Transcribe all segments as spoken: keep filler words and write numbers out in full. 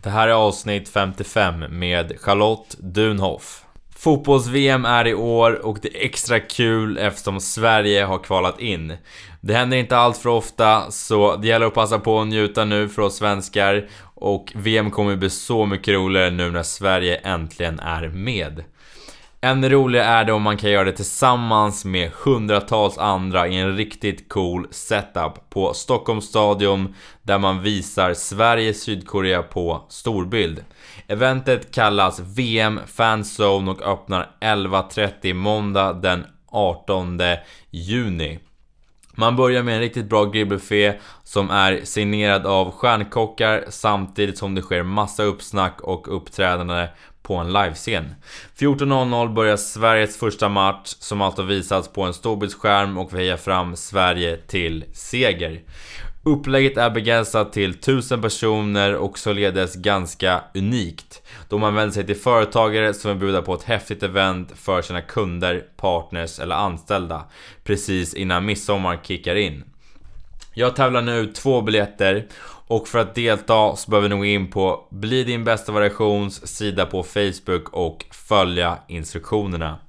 Det här är avsnitt femtiofem med Charlotte Dunhoff. Fotbolls-V M är i år och det är extra kul eftersom Sverige har kvalat in. Det händer inte allt för ofta, så det gäller att passa på att njuta nu för oss svenskar. Och V M kommer bli så mycket roligare nu när Sverige äntligen är med. Ännu roligare är det om man kan göra det tillsammans med hundratals andra i en riktigt cool setup på Stockholms stadion, där man visar Sverige-Sydkorea på storbild. Eventet kallas V M Fanzone och öppnar elva trettio måndag den artonde juni. Man börjar med en riktigt bra grillbuffé som är signerad av stjärnkockar, samtidigt som det sker massa uppsnack och uppträdande på en livescen. fjorton noll noll börjar Sveriges första match, som alltså visats på en storbildsskärm, och vi hejar fram Sverige till seger. Upplägget är begränsat till tusen personer och således ganska unikt, då man vänder sig till företagare som vill bjuda på ett häftigt event för sina kunder, partners eller anställda precis innan midsommar kickar in. Jag tävlar nu två biljetter, och för att delta så behöver ni gå in på Bli din bästa variations sida på Facebook och följa instruktionerna.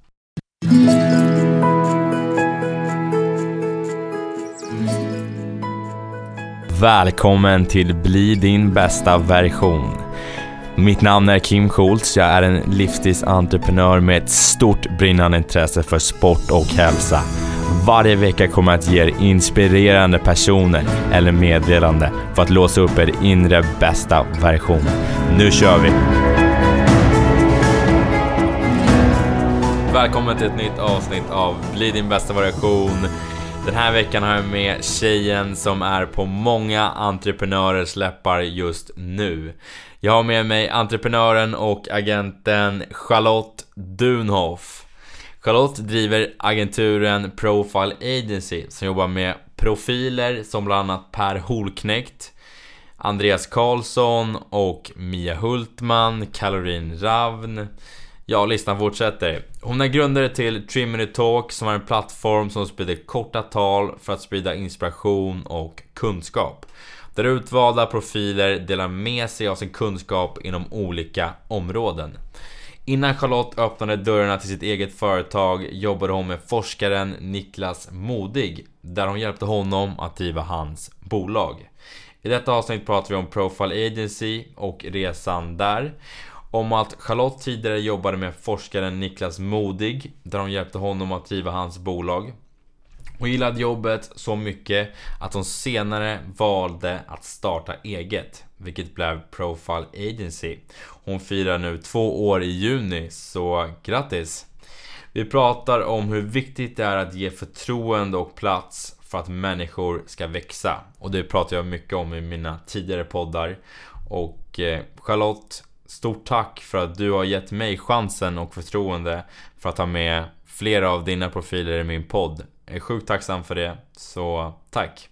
Välkommen till Bli din bästa version. Mitt namn är Kim Schultz. Jag är en livsstilsentreprenör med ett stort brinnande intresse för sport och hälsa. Varje vecka kommer jag att ge er inspirerande personer eller meddelande för att låsa upp er inre bästa version. Nu kör vi! Välkommen till ett nytt avsnitt av Bli din bästa variation. Den här veckan har jag med tjejen som är på många entreprenörers läppar just nu. Jag har med mig entreprenören och agenten Charlotte Dunhoff. Charlotte driver agenturen Profile Agency som jobbar med profiler som bland annat Per Holknekt, Andreas Karlsson och Mia Hultman, Caroline Ravn. Ja, listan fortsätter. Hon är grundare till tre minute talk, som är en plattform som sprider korta tal för att sprida inspiration och kunskap. Där utvalda profiler delar med sig av sin kunskap inom olika områden. Innan Charlotte öppnade dörrarna till sitt eget företag jobbade hon med forskaren Niklas Modig, där hon hjälpte honom att driva hans bolag. I detta avsnitt pratar vi om Profile Agency och resan där. Om att Charlotte tidigare jobbade med forskaren Niklas Modig, där hon hjälpte honom att driva hans bolag. Hon gillade jobbet så mycket att hon senare valde att starta eget, vilket blev Profile Agency. Hon firar nu två år i juni, så grattis! Vi pratar om hur viktigt det är att ge förtroende och plats för att människor ska växa. Och det pratar jag mycket om i mina tidigare poddar. Och eh, Charlotte, stort tack för att du har gett mig chansen och förtroende för att ha med flera av dina profiler i min podd. Jag är sjukt tacksam för det, så tack.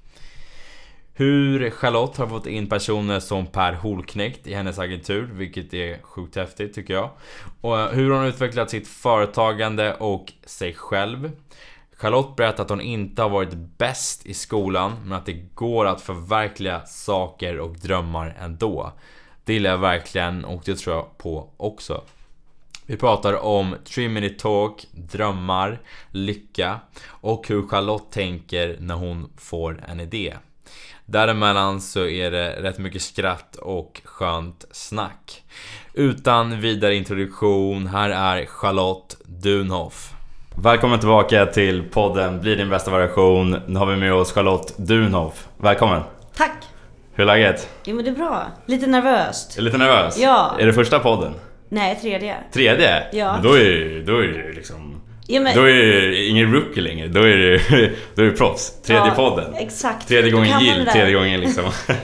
Hur Charlotte har fått in personer som Per Holknekt i hennes agentur, vilket är sjukt häftigt tycker jag. Och hur hon har utvecklat sitt företagande och sig själv. Charlotte berättar att hon inte har varit bäst i skolan, men att det går att förverkliga saker och drömmar ändå. Det gillar jag verkligen, och det tror jag på också. Vi pratar om tre minute talk, drömmar, lycka och hur Charlotte tänker när hon får en idé. Däremellan så är det rätt mycket skratt och skönt snack. Utan vidare introduktion, här är Charlotte Dunhoff. Välkommen tillbaka till podden Bli din bästa variation. Nu har vi med oss Charlotte Dunhoff. Välkommen. Tack. Hur är läget? Jo, men det är bra. Lite nervöst. Är lite nervös? Ja. Är det första podden? Nej, tredje. Tredje? Ja. Men då är då är det liksom ja, men... då är det ingen rookie längre. Då är det då är det proffs. Tredje ja, podden. Exakt. Tredje gången gill, tredje gången liksom.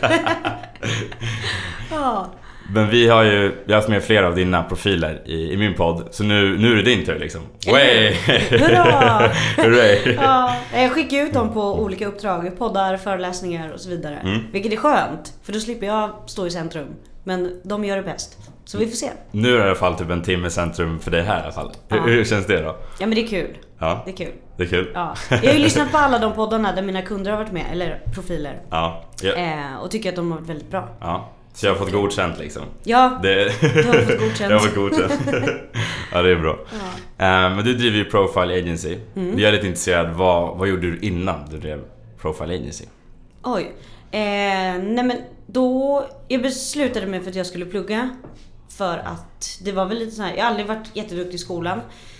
Ja. Men vi har ju vi har haft med flera av dina profiler i, i min podd. Så nu, nu är det din tur liksom. Way! Hurra! Hurray! Ja, jag skickar ut dem på olika uppdrag, poddar, föreläsningar och så vidare. Mm. Vilket är skönt, för då slipper jag stå i centrum. Men de gör det bäst. Så vi får se. Nu är det i alla fall typ en timme centrum för dig här i alla fall. Hur, ja. hur känns det då? Ja, men det är kul. Ja. Det är kul. Det är kul. Ja. Jag har ju lyssnat på alla de poddarna där mina kunder har varit med, eller profiler. Ja. Ja. Eh, och tycker att de har varit väldigt bra. Ja. Så jag har fått godkänt liksom. Ja, det... du har fått godkänt. Jag har fått godkänt. Ja, det är bra. Ja. uh, Men du driver ju Profile Agency. mm. Jag är lite intresserad, vad, vad gjorde du innan du drev Profile Agency? Oj, eh, nej men då jag beslutade mig för att jag skulle plugga. För att det var väl lite så här, jag har aldrig varit jätteduktig i skolan,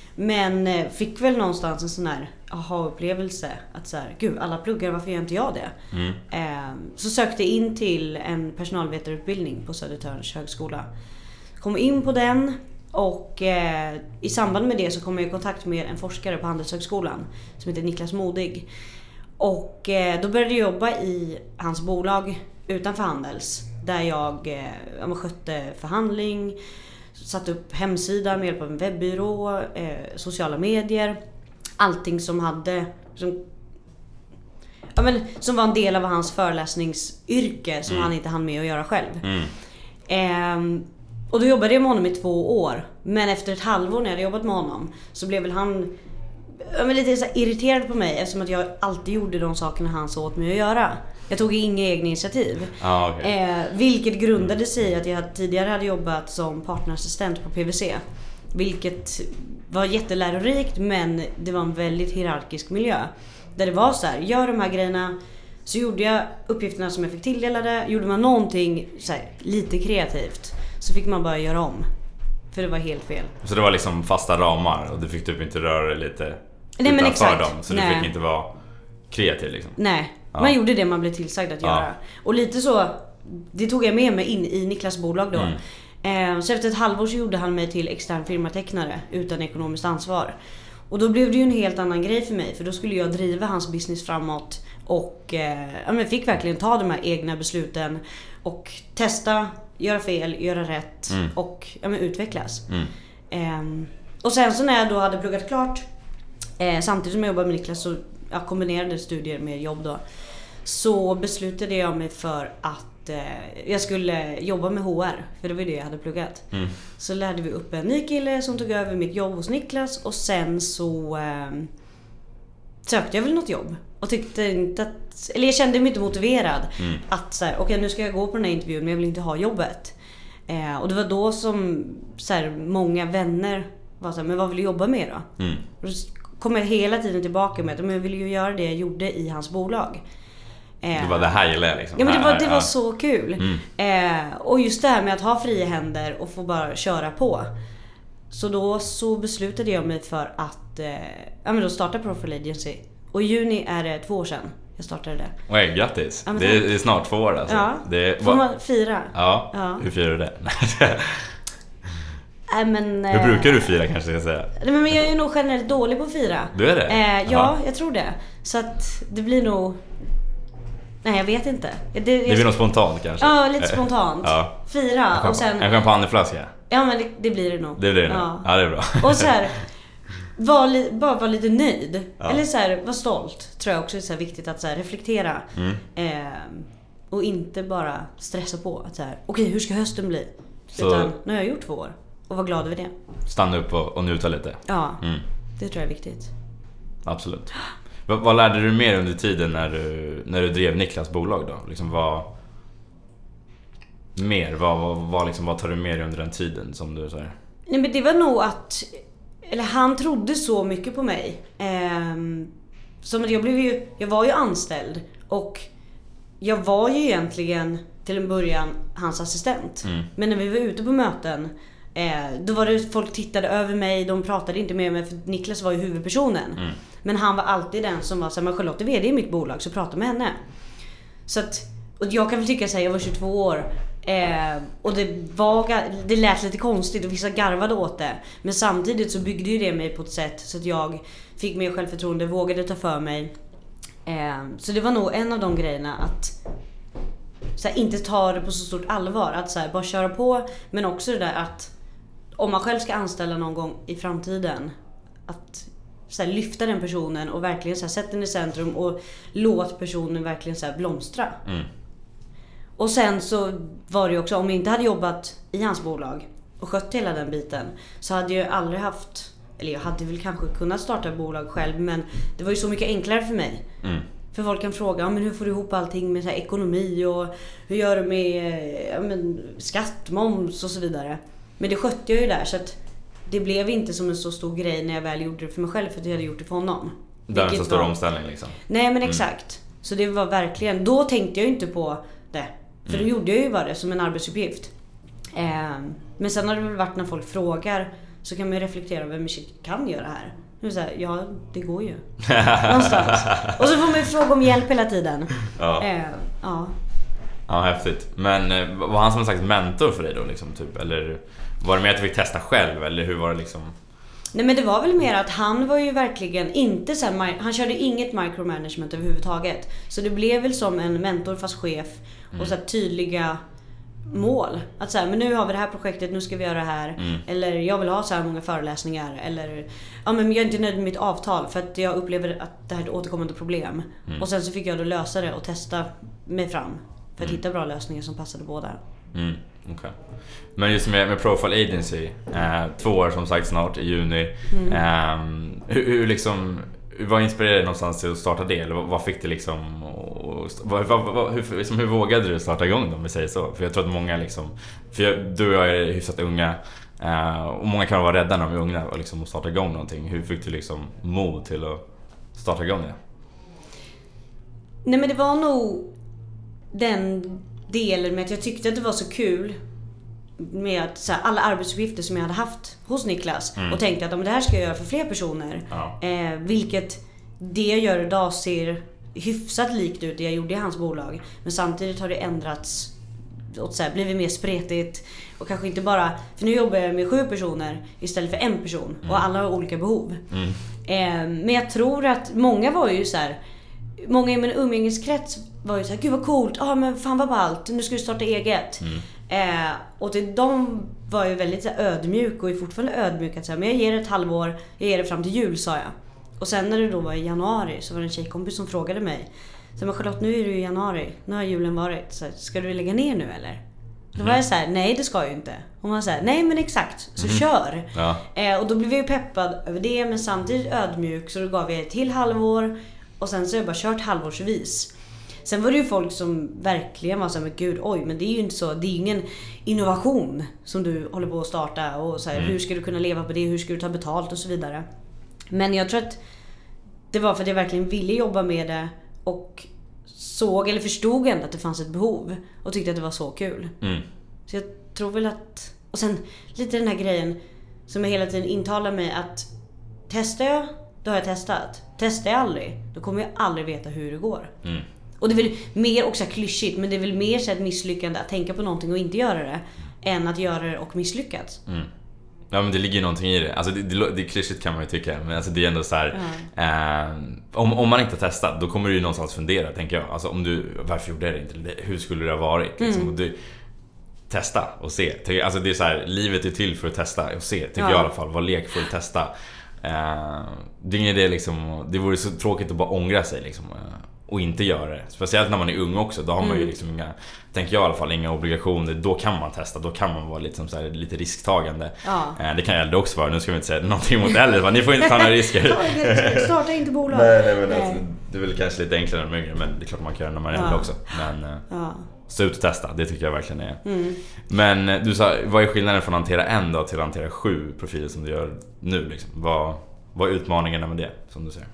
men fick väl någonstans en sån här aha-upplevelse att så här, gud, alla pluggar, varför gör inte jag det? Mm. Eh, så sökte jag in till en personalvetarutbildning på Södertörns högskola. Kom in på den och eh, i samband med det så kom jag i kontakt med en forskare på Handelshögskolan som heter Niklas Modig. Och eh, då började jag jobba i hans bolag utanför Handels, där jag, eh, jag skötte förhandling, satt upp hemsida med hjälp av en webbyrå, eh, sociala medier, allting som hade som, ja, men, som var en del av hans föreläsningsyrke som mm. han inte hann med att göra själv. Mm. Eh, och då jobbade jag med honom i två år, men efter ett halvår när jag hade jobbat med honom så blev väl han ja, men lite så här irriterad på mig, eftersom att jag alltid gjorde de sakerna han sa åt mig att göra. Jag tog inga egna initiativ. Ah, okay. eh, vilket grundade sig i att jag tidigare hade jobbat som partnerassistent på P V C. Vilket var jättelärorikt, men det var en väldigt hierarkisk miljö. Där det var så här, gör de här grejerna. Så gjorde jag uppgifterna som jag fick tilldelade. Gjorde man någonting så här, lite kreativt, så fick man bara göra om. För det var helt fel. Så det var liksom fasta ramar och du fick typ inte röra dig lite Nej, men exakt. dem. Så Nej. du fick inte vara kreativ liksom. Nej, ja. Man gjorde det man blev tillsagd att ja. göra. Och lite så, det tog jag med mig in i Niklas bolag då. Mm. Eh, så efter ett halvår så gjorde han mig till extern firmatecknare utan ekonomiskt ansvar. Och då blev det ju en helt annan grej för mig. För då skulle jag driva hans business framåt. Och eh, ja, men fick verkligen ta de här egna besluten. Och testa, göra fel, göra rätt. Mm. Och ja, men utvecklas. Mm. Eh, och sen så när jag då hade pluggat klart, eh, samtidigt som jag jobbade med Niklas, så jag kombinerade studier med jobb då. Så beslutade jag mig för att eh, jag skulle jobba med H R. För det var det jag hade pluggat. Mm. Så lärde vi upp en ny kille som tog över mitt jobb hos Niklas. Och sen så eh, sökte jag väl något jobb. Och tyckte inte att, eller jag kände mig inte motiverad. Mm. Att så här, okej, nu ska jag gå på den här intervjun, men jag vill inte ha jobbet. Eh, och det var då som så här, många vänner var så här, men vad vill du jobba med då? Mm. Och då kom jag hela tiden tillbaka med att men jag ville ju göra det jag gjorde i hans bolag. Det var det här gillar jag liksom. Ja, men det var, det var så kul. Mm. Eh, och just det här med att ha fria händer och få bara köra på. Så då så beslutade jag mig för att eh, ja, men då starta Profile Agency. Och i juni är det två år sedan jag startade det. Oj, grattis. Ja, det, är, det är snart två år alltså. Ja, det får man fira. Ja, ja. Hur firar du det? Äh, men, hur brukar du fira kanske jag säga? Nej, men jag är ju nog generellt dålig på att fira. Du är det? Eh, ja, jag tror det. Så att det blir nog... Nej, jag vet inte. Det, det blir jag... nog spontant kanske. Ja, lite spontant. Ja. Fira en och sen... En champagneflaska. Ja, men det, det blir det nog. Det blir det nog. Ja, ja det är bra. Och så här... Var li... Bara vara lite nöjd. Ja. Eller så här, var stolt. Tror jag också är så här viktigt att så här, reflektera. Mm. Eh, och inte bara stressa på. Att så här, okej, hur ska hösten bli? Så... Utan, nu har jag gjort två år. Och var glad över det. Stanna upp och, och njuta lite. Ja, mm. Det tror jag är viktigt. Absolut. Vad, vad lärde du mer under tiden när du, när du drev Niklas bolag då? Liksom vad... Mer? Vad, vad, vad, liksom, vad tar du med dig under den tiden som du säger? Nej, men det var nog att... Eller han trodde så mycket på mig. Ehm, som att jag blev ju... Jag var ju anställd. Och jag var ju egentligen till en början hans assistent. Mm. Men när vi var ute på möten... Eh, då var det folk tittade över mig. De pratade inte med mig för Niklas var ju huvudpersonen. Mm. Men han var alltid den som var så här, men Charlotte är vd i mitt bolag, så prata med henne. Så att, och jag kan väl tycka så här, jag var tjugotvå år eh, och det var, det lät lite konstigt och vissa garvade åt det. Men samtidigt så byggde ju det mig på ett sätt så att jag fick mer självförtroende, vågade ta för mig. eh, Så det var nog en av de grejerna, att så här, inte ta det på så stort allvar, att så här, bara köra på. Men också det där att om man själv ska anställa någon gång i framtiden, att så här, lyfta den personen och verkligen så här, sätta den i centrum och låt personen verkligen så här, blomstra. Mm. Och sen så var det ju också, om jag inte hade jobbat i hans bolag och skött hela den biten, så hade jag aldrig haft, eller jag hade väl kanske kunnat starta ett bolag själv, men det var ju så mycket enklare för mig. Mm. För folk kan fråga, ja, men hur får du ihop allting med så här ekonomi och hur gör du med ja, men, skatt, moms och så vidare. Men det skötte jag ju där så att det blev inte som en så stor grej när jag väl gjorde det för mig själv för att jag hade gjort det för honom. Det är en så stor var... omställning liksom. Nej men exakt. Mm. Så det var verkligen, då tänkte jag ju inte på det. För mm. då gjorde jag ju bara det som en arbetsuppgift. Eh, men sen har det väl varit när folk frågar så kan man ju reflektera över vem kan göra det här. Nu så här, ja, det går ju. Någonstans. Och så får man ju fråga om hjälp hela tiden. Ja. Eh, ja. Ja, häftigt. Men eh, var han som en slags mentor för dig då liksom typ eller var det mer att du fick testa själv eller hur var det liksom? Nej men det var väl mer att han var ju verkligen inte så här, han körde inget micromanagement överhuvudtaget. Så det blev väl som en mentor fast chef och mm. så här tydliga mål. Att så här, men nu har vi det här projektet, nu ska vi göra det här. Mm. Eller jag vill ha så här många föreläsningar. Eller, ja men jag är inte nöjd med mitt avtal för att jag upplever att det här är ett återkommande problem. Mm. Och sen så fick jag då lösa det och testa mig fram. För att mm. hitta bra lösningar som passade båda. Mm, okay. Men just med, med Profile Agency, eh, två år som sagt snart i juni. Mm. Eh, hur, hur liksom... Vad inspirerade dig någonstans till att starta det? Eller vad, vad fick det liksom och, vad, vad, vad, hur, liksom, hur vågade du starta igång då, om vi säger så? För jag tror att många liksom, för jag, du och jag är hyfsat unga uh, och många kan vara rädda när de är unga och liksom starta igång någonting. Hur fick du liksom mod till att starta igång det? Nej men det var nog den delen med att jag tyckte att det var så kul med att, så här, alla arbetsuppgifter som jag hade haft hos Niklas mm. och tänkte att om det här ska jag göra för fler personer ja. eh, vilket det jag gör idag ser hyfsat likt ut det jag gjorde i hans bolag men samtidigt har det ändrats och så här, blivit mer spretigt och kanske inte bara, för nu jobbar jag med sju personer istället för en person mm. och alla har olika behov mm. eh, men jag tror att många var ju så här, många i min umgängeskrets var ju så här, gud vad coolt, ja ah, men fan vad ballt, nu ska du starta eget mm. Eh, och till de var ju väldigt så här, ödmjuk och är fortfarande ödmjuk att säga, men jag ger det ett halvår, jag ger det fram till jul, sa jag. Och sen när det då var i januari så var det en tjejkompis som frågade mig, så men Charlotte, nu är det i januari, nu har julen varit, så här, ska du lägga ner nu eller? Då mm. var jag så här, nej det ska jag ju inte. Och man säger, nej men exakt, så mm. kör. Ja. Eh, och då blev jag ju peppad över det, men samtidigt ödmjuk, så då gav jag ett till halvår och sen så har jag bara kört halvårsvis. Sen var det ju folk som verkligen var så här, men gud, oj, men det är ju inte så, det är ju ingen innovation som du håller på att starta och så här, mm. hur ska du kunna leva på det, hur ska du ta betalt och så vidare. Men jag tror att det var för att jag verkligen ville jobba med det och såg eller förstod ändå att det fanns ett behov och tyckte att det var så kul. Mm. Så jag tror väl att, och sen lite den här grejen som jag hela tiden intalar mig att testar jag, då har jag testat. Testar jag aldrig, då kommer jag aldrig veta hur det går. Mm. Och det är väl mer också klyschigt, men det är väl mer så ett misslyckande att tänka på någonting och inte göra det än att göra det och misslyckats. Mm. Ja, men det ligger ju någonting i det. Alltså det, det, det är klyschigt kan man ju tycka, men alltså det är ändå så här, mm. eh, om, om man inte har testat, då kommer du ju någonstans fundera, tänker jag. Alltså om du, varför gjorde jag det inte? Hur skulle det ha varit? Liksom? Mm. Och du, testa och se. Alltså det är så här, livet är till för att testa och se, tycker ja. jag i alla fall. Var lekfull, testa. Eh, det är ingen idé liksom, det vore så tråkigt att bara ångra sig liksom. Och inte göra det. Speciellt när man är ung också. Då har man mm. ju liksom inga, tänker jag i alla fall, inga obligationer. Då kan man testa. Då kan man vara liksom så här, lite risktagande. Ja. Eh, det kan äldre också vara. Nu ska vi inte säga någonting mot äldre. Ni får inte ta några risker. Starta inte bolag. Nej, nej, men nej. Alltså, det är väl kanske lite enklare än de yngre. Men det är klart man kan göra när man är äldre ja. också. Men eh, ja. så ut och testa. Det tycker jag verkligen är. Mm. Men du sa, vad är skillnaden från att hantera en då till att hantera sju profiler som du gör nu? Liksom? Vad, vad är utmaningarna med det, som du säger?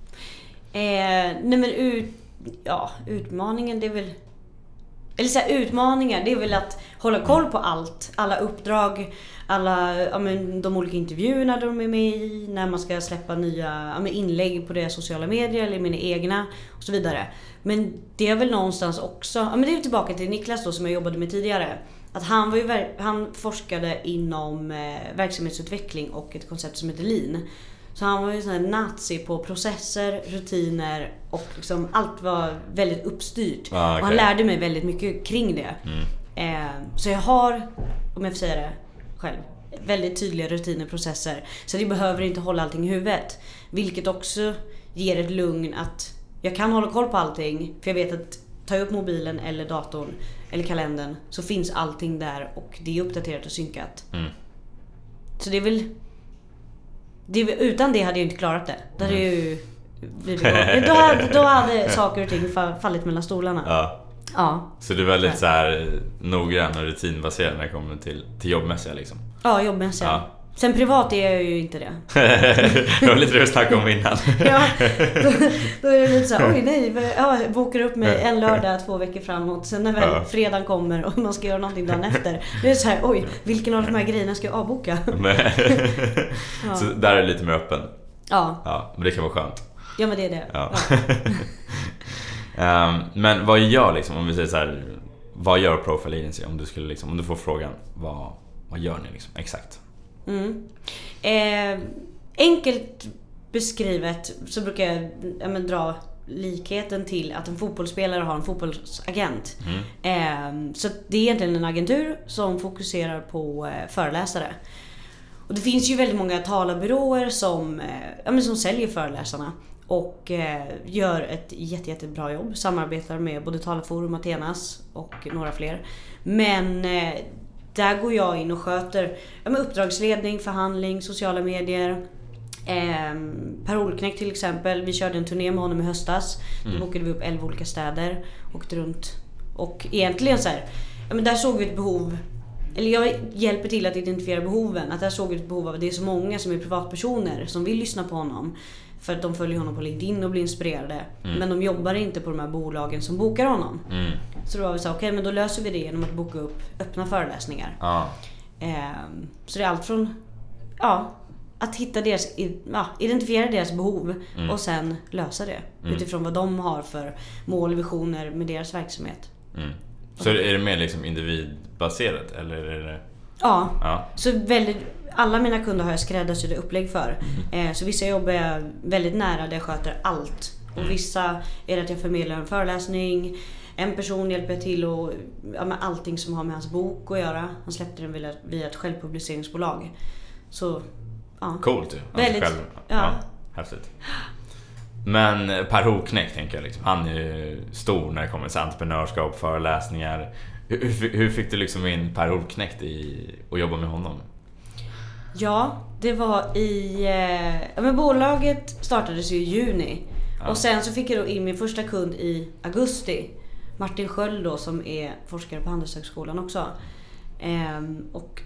Eh, nej men ut, ja, utmaningen det är väl, eller så här, utmaningar det är väl att hålla koll på allt, alla uppdrag, alla ja, men, de olika intervjuerna de är med i, när man ska släppa nya ja, men, inlägg på deras sociala medier eller mina egna och så vidare. Men det är väl någonstans också, ja, men det är tillbaka till Niklas då som jag jobbade med tidigare, att han var ju, han forskade inom eh, verksamhetsutveckling och ett koncept som heter Lean. Så han var ju sån här nazi på processer, rutiner och liksom allt var väldigt uppstyrt. Ah, okay. Och han lärde mig väldigt mycket kring det. Mm. Eh, så jag har, om jag får säga det själv, väldigt tydliga rutiner, processer. Så det behöver inte hålla allting i huvudet. Vilket också ger ett lugn att jag kan hålla koll på allting. För jag vet att tar jag upp mobilen eller datorn eller kalendern så finns allting där och det är uppdaterat och synkat. Mm. Så det är väl... Det, utan det hade jag inte klarat det. Det hade mm. ju vi begav. Då hade, då hade saker och ting fallit mellan stolarna. Ja. Ja. Så du är väldigt så här noggrann och rutinbaserad när det kommer till, till jobbmässiga liksom? Ja, jobbmässiga. Ja. Sen privat är jag ju inte det. Det var lite det att snacka om innan. Ja, då, då är det lite så här, oj nej, jag bokar upp mig en lördag två veckor framåt. Sen när väl ja. fredagen kommer och man ska göra någonting dagen efter, det är så här, oj, vilken av de här grejerna ska jag avboka? Ja. Så där är det lite mer öppen. Ja. Ja, men det kan vara skönt. Ja, men det är det. Ja. Ja. um, men vad gör liksom, om vi säger så här, vad gör Profile Agency om du skulle liksom, om du får frågan, vad, vad gör ni liksom, exakt? Mm. Eh, enkelt beskrivet så brukar jag, jag men, dra likheten till att en fotbollsspelare har en fotbollsagent. Mm. Eh, så det är egentligen en agentur som fokuserar på eh, föreläsare. Och det finns ju väldigt många talarbyråer som, eh, ja, men som säljer föreläsarna och eh, gör ett jätte, jättebra jobb. Samarbetar med både Talarforum, Athenas och några fler. Men eh, där går jag in och sköter ja, med uppdragsledning, förhandling, sociala medier. Eh, Per Olknekt till exempel, vi körde en turné med honom i höstas. Mm. Då bokade vi upp elva olika städer, åkte runt. Och egentligen så här, ja, men där såg vi ett behov, eller jag hjälper till att identifiera behoven. Att där såg vi ett behov av att det är så många som är privatpersoner som vill lyssna på honom. För att de följer honom på LinkedIn och blir inspirerade. Mm. Men de jobbar inte på de här bolagen som bokar honom. Mm. Så då var vi så, okej, okay, men då löser vi det genom att boka upp öppna föreläsningar. Ah. Eh, så det är allt från ja, att hitta deras, ja, identifiera deras behov mm. och sen lösa det. Mm. Utifrån vad de har för mål och visioner med deras verksamhet. Mm. Så är det mer liksom individbaserat eller är det... Ja, ja. Så väldigt, alla mina kunder har jag skräddarsydda upplägg för. Mm. Eh, så vissa jobbar jag väldigt nära där jag sköter allt. Och mm. vissa är det att jag förmedlar en föreläsning. En person hjälper jag till och, ja, med allting som har med hans bok att göra. Han släppte den via, via ett självpubliceringsbolag. Så, ja. Coolt ju. Alltså väldigt, själv. Ja. Ja, häftigt. Men Per Olknekt tänker jag liksom, han är ju stor när det kommer till entreprenörskap, föreläsningar. Hur, hur fick du liksom in Per Olknekt i och jobba med honom? Ja, det var i ja, men bolaget startades ju i juni. Ja. Och sen så fick jag då in min första kund i augusti. Martin Sköld då, som är forskare på Handelshögskolan också. Ehm, och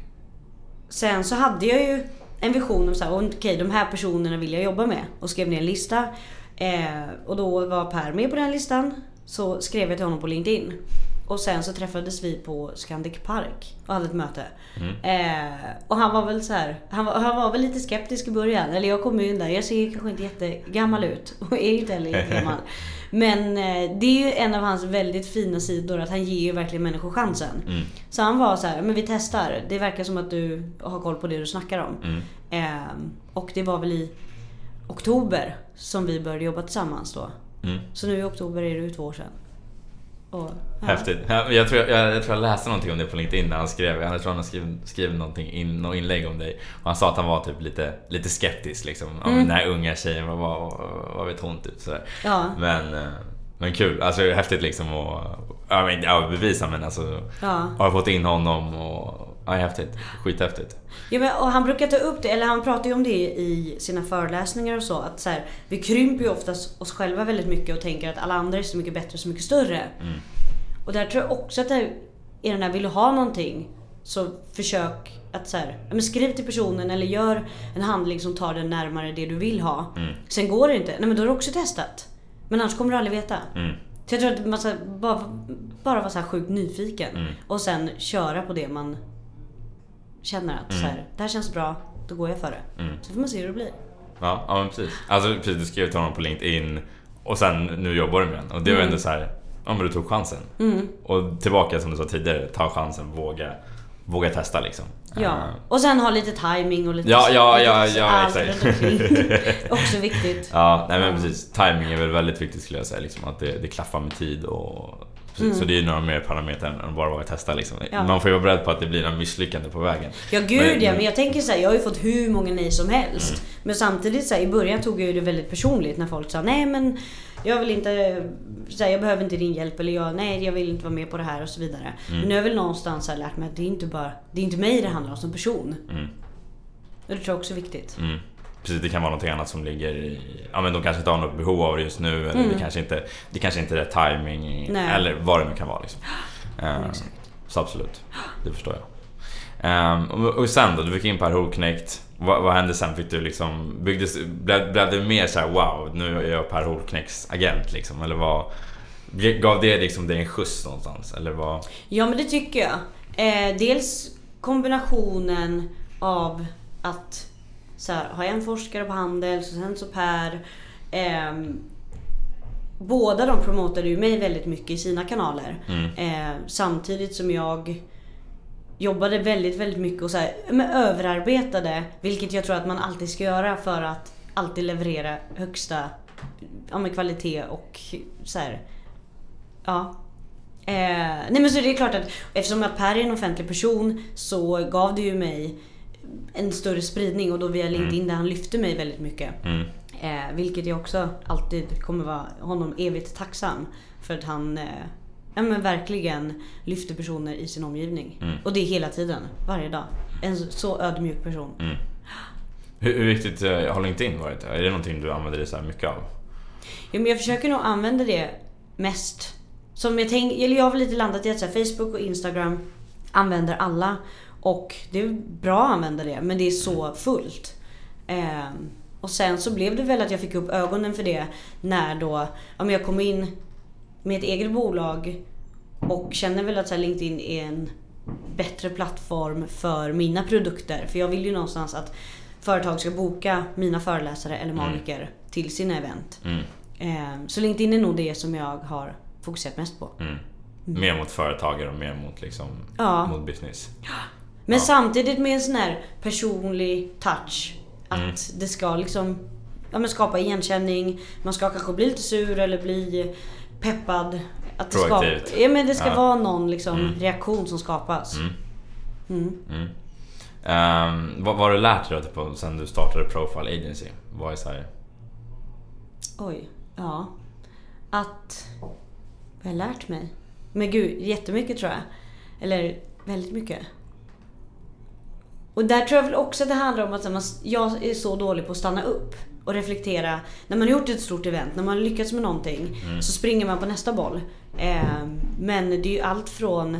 sen så hade jag ju en vision om så här, okej, okay, de här personerna vill jag jobba med. Och skrev ner en lista. Ehm, och då var Per med på den listan. Så skrev jag till honom på LinkedIn. Och sen så träffades vi på Scandic Park och hade ett möte. Mm. Eh, och han var väl så här, han var, han var väl lite skeptisk i början. Eller jag kom in där, jag ser kanske inte jättegammal ut. Och är ju inte heller jättegammal. Men eh, det är ju en av hans väldigt fina sidor, att han ger ju verkligen människor chansen. Mm. Så han var så här, men vi testar. Det verkar som att du har koll på det du snackar om. Mm. Eh, och det var väl i oktober som vi började jobba tillsammans då. Mm. Så nu i oktober är det ju två år sedan. Och, ja. Häftigt. Jag tror jag, jag tror jag läste någonting om det på LinkedIn när han skrev. Jag tror han skrev, skrev någonting in, något inlägg om dig. Och han sa att han var typ lite, lite skeptisk liksom. Om mm. den här unga tjejen, vad, vad, vad vet hon typ sådär. Ja. Men, men kul, alltså häftigt liksom och, ja, men, ja, bevisa men alltså ja. Har fått in honom och ja, häftigt, skithäftigt. Ja, men, och han brukar ta upp det, eller han pratar ju om det i sina föreläsningar och så, att så här, vi krymper ju oftast oss själva väldigt mycket och tänker att alla andra är så mycket bättre, så mycket större. Mm. Och där tror jag också att det är den här, vill du ha någonting, så försök att så här, men skriv till personen eller gör en handling som tar den närmare det du vill ha. Mm. Sen går det inte, nej men då har du också testat. Men annars kommer du aldrig veta. Mm. Så jag tror att man ska bara, bara vara så här sjukt nyfiken mm. och sen köra på det man känner att mm. så här, det här känns bra, då går jag för det. Mm. Så får man se hur det blir. Ja, ja men precis. Alltså precis, du skrev till honom på LinkedIn och sen nu jobbar du med den. Och det var mm. ändå så här, ja men du tog chansen. Mm. Och tillbaka som du sa tidigare, ta chansen, våga våga testa liksom. Ja. Uh. Och sen ha lite timing och lite Ja, ja, ja, ja, exakt. Också viktigt. Ja, nej men precis. Timing är väl väldigt viktigt skulle jag säga liksom, att det, det klaffar med tid och Mm. Så det är några mer parametrar än bara våga testa liksom. Ja. Man får ju vara beredd på att det blir en misslyckande på vägen. Ja gud men, ja, men jag tänker så här, jag har ju fått hur många nej som helst. Mm. Men samtidigt så här, i början tog jag ju det väldigt personligt när folk sa nej men jag vill inte så här, jag behöver inte din hjälp eller jag, nej jag vill inte vara med på det här och så vidare. Mm. Men nu har jag väl någonstans så här, lärt mig att det är inte bara det är inte mig det handlar om som person. Mm. Och det tror jag också är viktigt. Mm. precis, det kan vara något annat som ligger i, ja men de kanske inte har något behov av det just nu, eller mm. det kanske inte det kanske inte är rätt timing, eller vad det nu kan vara liksom. uh, Så absolut, det förstår jag. um, och, och sen då, du fick in Per Holknekt. Vad, vad hände sen? Fick du liksom, byggdes, blev, blev det mer så här: wow, nu är jag Per Holknekts agent liksom, eller vad gav det liksom det en skjuts någonstans, eller vad? Ja, men det tycker jag. eh, Dels kombinationen av att så här, ha en forskare på handel, så sen så Per, eh, båda de promotade ju mig väldigt mycket i sina kanaler. mm. eh, Samtidigt som jag jobbade väldigt, väldigt mycket och så här, men överarbetade, vilket jag tror att man alltid ska göra för att alltid leverera högsta, ja, med kvalitet och så här, ja. Eh, nej men så det är klart att eftersom jag Per är en offentlig person, så gav det ju mig en större spridning, och då via LinkedIn mm. där han lyfte mig väldigt mycket. Mm. Eh, vilket jag också alltid kommer vara honom evigt tacksam för, att han eh, ja, men verkligen lyfter personer i sin omgivning. Mm. Och det är hela tiden, varje dag. En så ödmjuk person. Mm. Hur, hur viktigt har LinkedIn varit? Är det någonting du använder dig så här mycket av? Ja, men jag försöker nog använda det mest. Som jag tänk, eller jag har väl lite landat i att så här, Facebook och Instagram använder alla. Och det är bra att använda det, men det är så fullt. Eh, och sen så blev det väl att jag fick upp ögonen för det när då, om jag kom in med ett eget bolag och känner väl att så här, LinkedIn är en bättre plattform för mina produkter. För jag vill ju någonstans att företag ska boka mina föreläsare eller magiker mm. till sina event. Mm. Eh, så LinkedIn är nog det som jag har fokuserat mest på. Mm. Mm. Mer mot företagare och mer mot, liksom, ja. mot business. Men ja. samtidigt med en sån här personlig touch. Att mm. det ska liksom, ja, men skapa igenkänning. Man ska kanske bli lite sur eller bli peppad. Att det ska, ja, men det ska ja. vara någon liksom, mm. reaktion som skapas. Mm. Mm. Mm. Um, vad, vad har du lärt dig på sen du startade Profile Agency? Vad är så här? Oj, ja. Att, vad har jag lärt mig? Men gud, jättemycket tror jag. Eller väldigt mycket. Och där tror jag väl också att det handlar om att man, jag är så dålig på att stanna upp och reflektera. När man har gjort ett stort event, när man har lyckats med någonting, mm. så springer man på nästa boll. Eh, men det är ju allt från,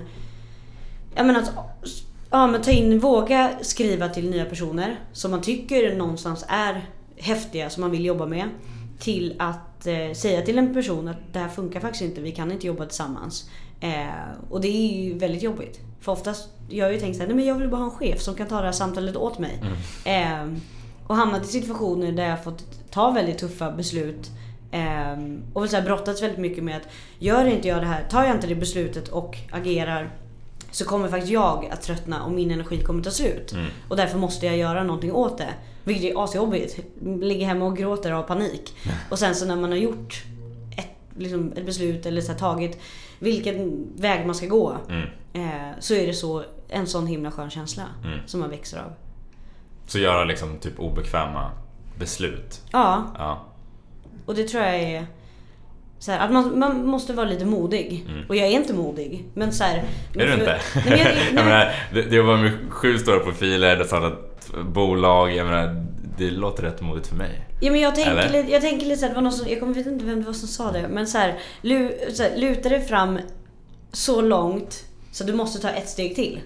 jag menar att ja, men ta in, våga skriva till nya personer som man tycker någonstans är häftiga, som man vill jobba med, till att eh, säga till en person att det här funkar faktiskt inte, vi kan inte jobba tillsammans. Eh, och det är ju väldigt jobbigt. För oftast, jag har ju tänkt så här, nej men jag vill bara ha en chef som kan ta det här samtalet åt mig. Mm. Eh, och hamnat i situationer där jag har fått ta väldigt tuffa beslut. Eh, och så här brottats väldigt mycket med att gör inte jag det här, tar jag inte det beslutet och agerar, så kommer faktiskt jag att tröttna och min energi kommer ta slut. Mm. Och därför måste jag göra någonting åt det. Vilket är asjobbigt. Ligger hemma och gråter av panik. Mm. Och sen så när man har gjort ett, liksom ett beslut eller så här, tagit vilken väg man ska gå, mm. eh, så är det så en sån himla skön känsla mm. som man växer av. Så göra liksom typ obekväma beslut. Ja. Ja. Och det tror jag är så här, att man, man måste vara lite modig. Mm. Och jag är inte modig, men så här, är du för, inte? Nej, men jag, nej. jag menar, det, det var med sju stora profiler, det sa att bolag, jag menar, det låter rätt modigt för mig. Ja, men jag tänker lite, jag tänker lite så här, det var någon som, jag kommer vet inte vem det var som sa det, men så här, lu, så här luta dig fram så långt så du måste ta ett steg till.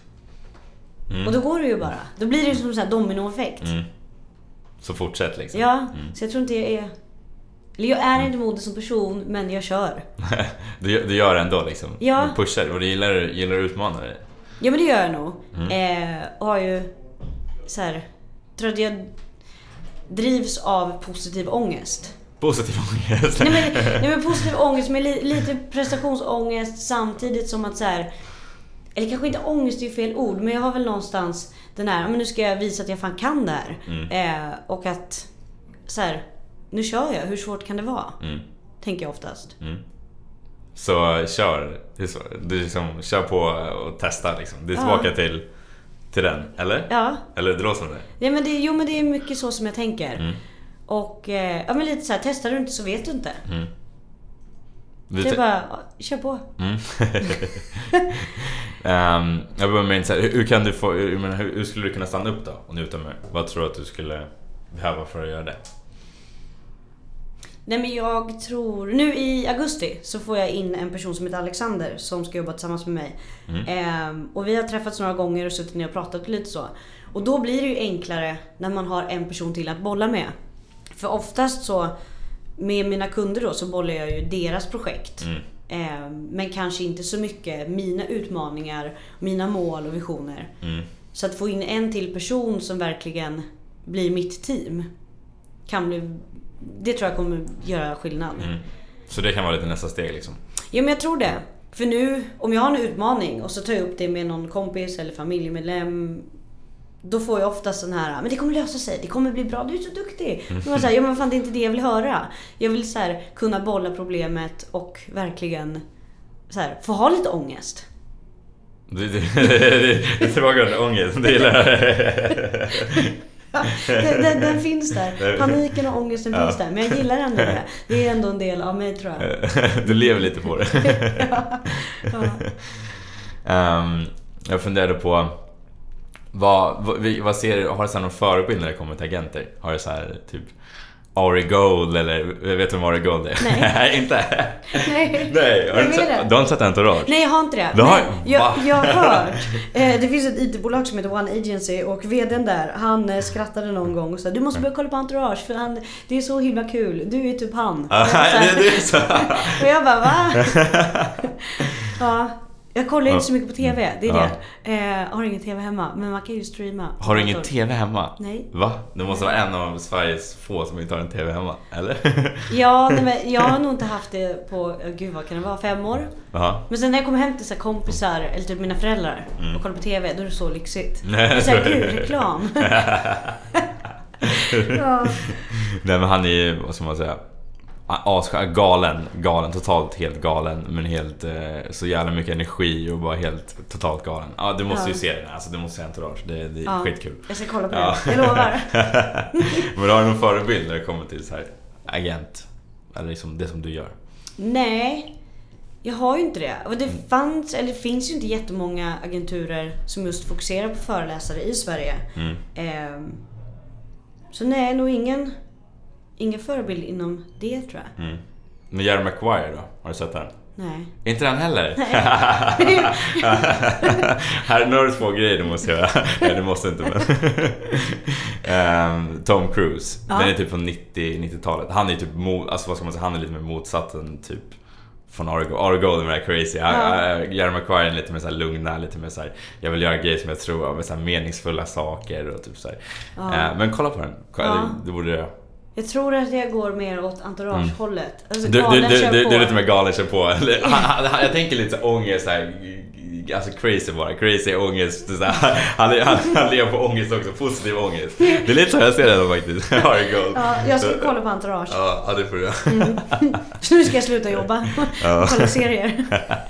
Mm. Och då går det ju bara. Då blir det ju som så här dominoeffekt. Mm. Så fortsätt liksom. Ja, mm. så jag tror inte jag är, eller jag är mm. inte modig som person, men jag kör. du, du gör det ändå liksom. Ja. Du pushar, och du gillar, gillar att utmana dig. Ja, men det gör jag nog. Mm. Eh, och har ju så här, tror att jag drivs av positiv ångest. Positiv ångest? nej, men, nej men positiv ångest med li, lite prestationsångest, samtidigt som att så här, eller kanske inte ångest är ju fel ord, men jag har väl någonstans den här, men nu ska jag visa att jag fan kan det här. Mm. Eh, och att så här, nu kör jag, hur svårt kan det vara? Mm. Tänker jag oftast. Mm. Så kör, du liksom kör på och testa liksom. Du är tillbaka ja. till till den, eller? Ja. Eller det låter som det. Ja, men det, jo, men det är mycket så som jag tänker. Mm. Och eh, ja, men lite så här, testar du inte så vet du inte. Mm. Så jag bara, kör på. Mm. um, jag bara menar så här, hur kan du få, hur, hur skulle du kunna stanna upp då och njuta med? Vad tror du att du skulle behöva för att göra det? Nej, men jag tror... Nu i augusti så får jag in en person som heter Alexander som ska jobba tillsammans med mig. Mm. Ehm, och vi har träffats några gånger och suttit ner och pratat lite så. Och då blir det ju enklare när man har en person till att bolla med. För oftast så, med mina kunder då, så bollar jag ju deras projekt. Mm. Ehm, men kanske inte så mycket mina utmaningar, mina mål och visioner. Mm. Så att få in en till person som verkligen blir mitt team kan bli... Det tror jag kommer göra skillnad. Mm. Så det kan vara lite nästa steg liksom? Ja, men jag tror det. För nu, om jag har en utmaning och så tar jag upp det med någon kompis eller familjemedlem, då får jag ofta sån här, men det kommer lösa sig, det kommer bli bra, du är så duktig. Mm. Men så här, ja, men fan, det är inte det jag vill höra. Jag vill så här, kunna bolla problemet och verkligen så här, få ha lite ångest. Det, det, det, det är tillbaka ångest, det gillar jag. den, den, den finns där. Paniken och ångesten ja. finns där. Men jag gillar ändå det. Det är ändå en del av mig, tror jag. Du lever lite på det. ja. Ja. Um, jag funderade på vad, vad, vad ser du, har du så här någon förebild när det kommer till agenter? Har du så här typ Ari Gold, eller vet du vad Ari Gold är? Nej. Inte? Nej. Nej. Har du, inte, du har inte sett Entourage? Nej, jag har inte det. Har, jag, jag har hört. Eh, det finns ett I T-bolag som heter One Agency och vdn där, han eh, skrattade någon gång och sa, du måste börja kolla på Entourage för han, det är så himla kul. Du är typ han. Ah, det, det är så. Och jag bara, va? Ja. Jag kollar inte så mycket på tv, det är ja. det. Eh, har ingen tv hemma, men man kan ju streama. Har du ingen tv hemma? Nej. Va? Det måste vara en av Sveriges få som inte har en tv hemma, eller? Ja, nej, men jag har nog inte haft det på, gud vad kan det vara, fem år. Aha. Men sen när jag kommer hem till så här kompisar, eller typ mina föräldrar, mm. och kollar på tv, då är det så lyxigt. Det är så här, gud, reklam. Ja. Nej, men han är ju, vad ska man säga, galen, galen, totalt helt galen, men helt eh, så jävla mycket energi och bara helt totalt galen. Ja, du måste ja. ju se den, alltså du måste se Entourage, det, det är ja. skitkul. Jag ska kolla på ja. det, jag lovar. Men har du någon förebild när det kommer till så här agent, eller liksom det som du gör? Nej, jag har ju inte det. Och det fanns, eller det finns ju inte jättemånga agenturer som just fokuserar på föreläsare i Sverige. Mm. Eh, så nej, nog ingen Ingen förebild inom det, tror jag. Mm. Men Jerry Maguire då? Har du sett den? Nej. Inte den heller? Nej. Här är några två grejer du måste göra. Nej, du måste inte, men... um, Tom Cruise. Ja. Den är typ från nittio-nittiotalet. Han är typ, alltså vad ska man säga, han är lite mer motsatsen typ från Ari Gold. Ari Gold är mer crazy. Ja. Jerry Maguire är lite mer så här lugna, lite mer så här, jag vill göra grejer som jag tror med så här meningsfulla saker och typ så här. Ja. Uh, men kolla på den. Kolla, ja. det, det borde jag. Jag tror att jag går mer åt Entourage-hållet. Alltså, du, du, du, du, du är lite mer galen kör på. Jag tänker lite så ångest så här, alltså crazy bara. Crazy ångest. Så här, han, han, han lever på ångest också. Positiv ångest. Det är lite så jag ser det faktiskt. Ja, jag ska kolla på Entourage. Ja, det får du. Mm. Så nu ska jag sluta jobba. Ja. Kolla serier.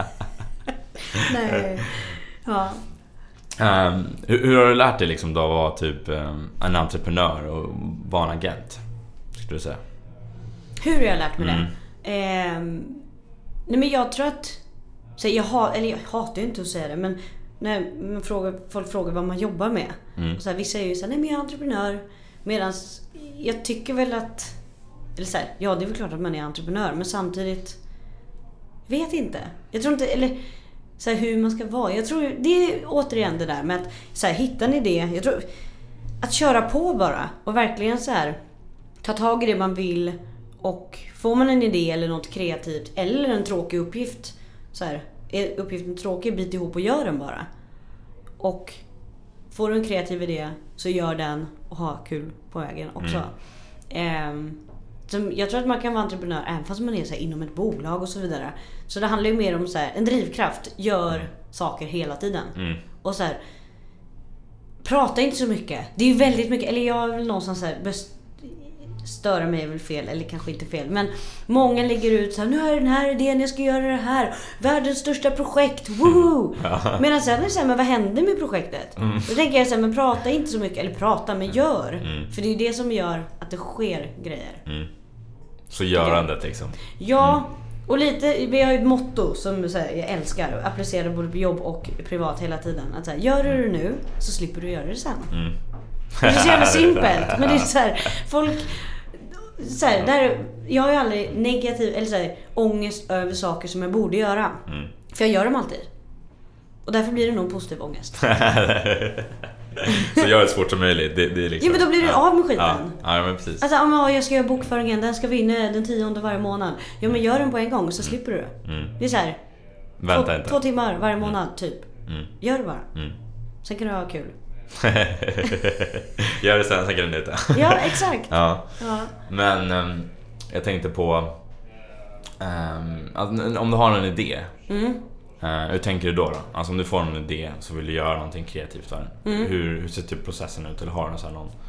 Nej. Ja. Um, hur, hur har du lärt dig liksom då att vara typ um, en entreprenör och vara en agent? Du säga. Hur har jag lärt mig mm. det? Eh, nej men jag tror att så jag har eller jag hatar ju inte att säga det, men när man frågar, folk frågar vad man jobbar med. Mm. Och så här, vissa är ju så här, nej men jag är entreprenör, medan jag tycker väl att eller så här, ja det är väl klart att man är entreprenör, men samtidigt vet inte. Jag tror inte eller så här, hur man ska vara. Jag tror det är återigen det där med att så här, hitta en idé. Jag tror att köra på bara och verkligen så här ta tag i det man vill, och får man en idé eller något kreativt eller en tråkig uppgift, så här, är uppgiften tråkig, bit ihop och gör den bara. Och får du en kreativ idé så gör den och ha kul på vägen också. Mm. Um, så jag tror att man kan vara entreprenör även fast man är så här, inom ett bolag och så vidare. Så det handlar ju mer om så här, en drivkraft, gör saker hela tiden. Mm. Och så här, prata inte så mycket. Det är ju väldigt mycket, eller jag vill någonstans så här, best- störa mig är väl fel, eller kanske inte fel, men många lägger ut så här, nu har jag den här idén, jag ska göra det här, världens största projekt, woohoo! Ja. Medan sen är det så här, men vad händer med projektet? Mm. Då tänker jag så här, men prata inte så mycket, eller prata, men gör. Mm. För det är det som gör att det sker grejer. Mm. Så görandet liksom. Ja, mm. och lite, vi har ju ett motto som så här, jag älskar och applicerar både på jobb och privat hela tiden. Att så här, gör du det nu så slipper du göra det sen. Mm. Det är så jävla simpelt. Men det är så här, folk så här, där, jag har ju aldrig negativ eller så här, ångest över saker som jag borde göra. Mm. För jag gör dem alltid. Och därför blir det nog positiv ångest. Så gör det så fort som möjligt. Det, det är liksom, ja, men då blir du ja. av med skiten. Ja, ja men precis. Alltså, om jag ska göra bokföringen, den ska vi in den tionde varje månad. Ja, men gör den på en gång så slipper du. Mm. Det är så här. Vänta två, inte. Två timmar varje månad, mm. typ. Mm. Gör det bara. Mm. Sen kan du ha kul. Gör det sen, sen kan du njuta. Ja, exakt. Ja. Ja. Men um, jag tänkte på um, alltså, om du har en idé. Mm. Uh, hur tänker du då, då? Alltså om du får en idé så vill du göra någonting kreativt för den. Mm. Hur, hur ser typ processen ut? Eller har du så här någon?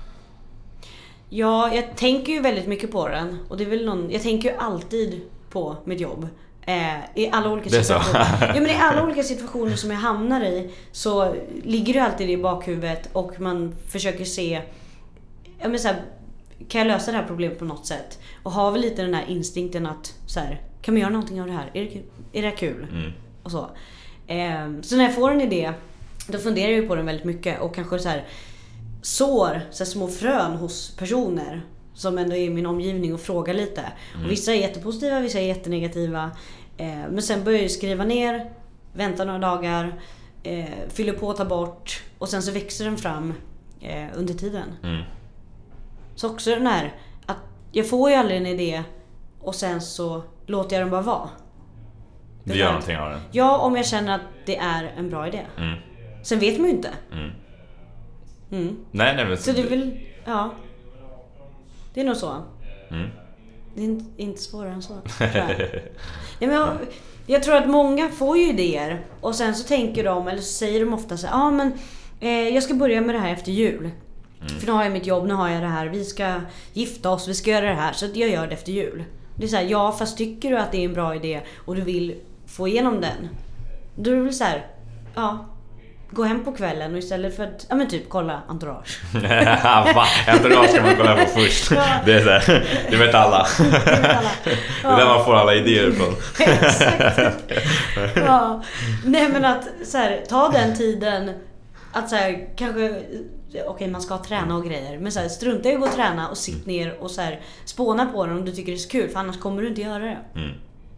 Ja, jag tänker ju väldigt mycket på den. Och det är väl någon, jag tänker ju alltid på mitt jobb. Eh, I alla olika situationer. Ja, men i alla olika situationer som jag hamnar i så ligger det alltid i bakhuvudet och man försöker se, ja, men så här, kan jag lösa det här problemet på något sätt? Och har väl lite den här instinkten att så här, kan man göra någonting av det här? Är det, är det här kul? Mm. Och så. Eh, så när jag får en idé, då funderar jag på den väldigt mycket och kanske så här sår så här små frön hos personer som ändå är i min omgivning och frågar lite. Mm. Och vissa är jättepositiva, vissa är jättenegativa. Eh, men sen börjar jag skriva ner, vänta några dagar, eh, fyller på och ta bort. Och sen så växer den fram eh, under tiden. Mm. Så också den här, att jag får ju aldrig en idé och sen så låter jag den bara vara. Du gör någonting av den? Ja, om jag känner att det är en bra idé. Mm. Sen vet man ju inte. Mm. Mm. Nej, nej, men... Så det är väl, ja. Det är nog så. Mm. Det är inte, inte svårare än så. Tror jag. Ja, men jag, jag tror att många får ju idéer. Och sen så tänker de, eller så säger de ofta så här, ah, men eh, jag ska börja med det här efter jul. Mm. För nu har jag mitt jobb, nu har jag det här. Vi ska gifta oss, vi ska göra det här. Så jag gör det efter jul. Det är så här, ja, fast tycker du att det är en bra idé och du vill få igenom den, då är det väl så här, ja, gå hem på kvällen och istället för att, ja men typ kolla Entourage. Va? Entourage ska man kolla på först. Ja. Det är så här, det vet alla. Det vet alla. Ja. Det är där man får alla idéer ifrån. Exakt. Ja. Nej, men att så här, ta den tiden att så här, kanske okej, okay, man ska träna och grejer, men så här, strunta i att gå och träna och sitt ner och så här, spåna på den om du tycker det är så kul, för annars kommer du inte göra det. Mm.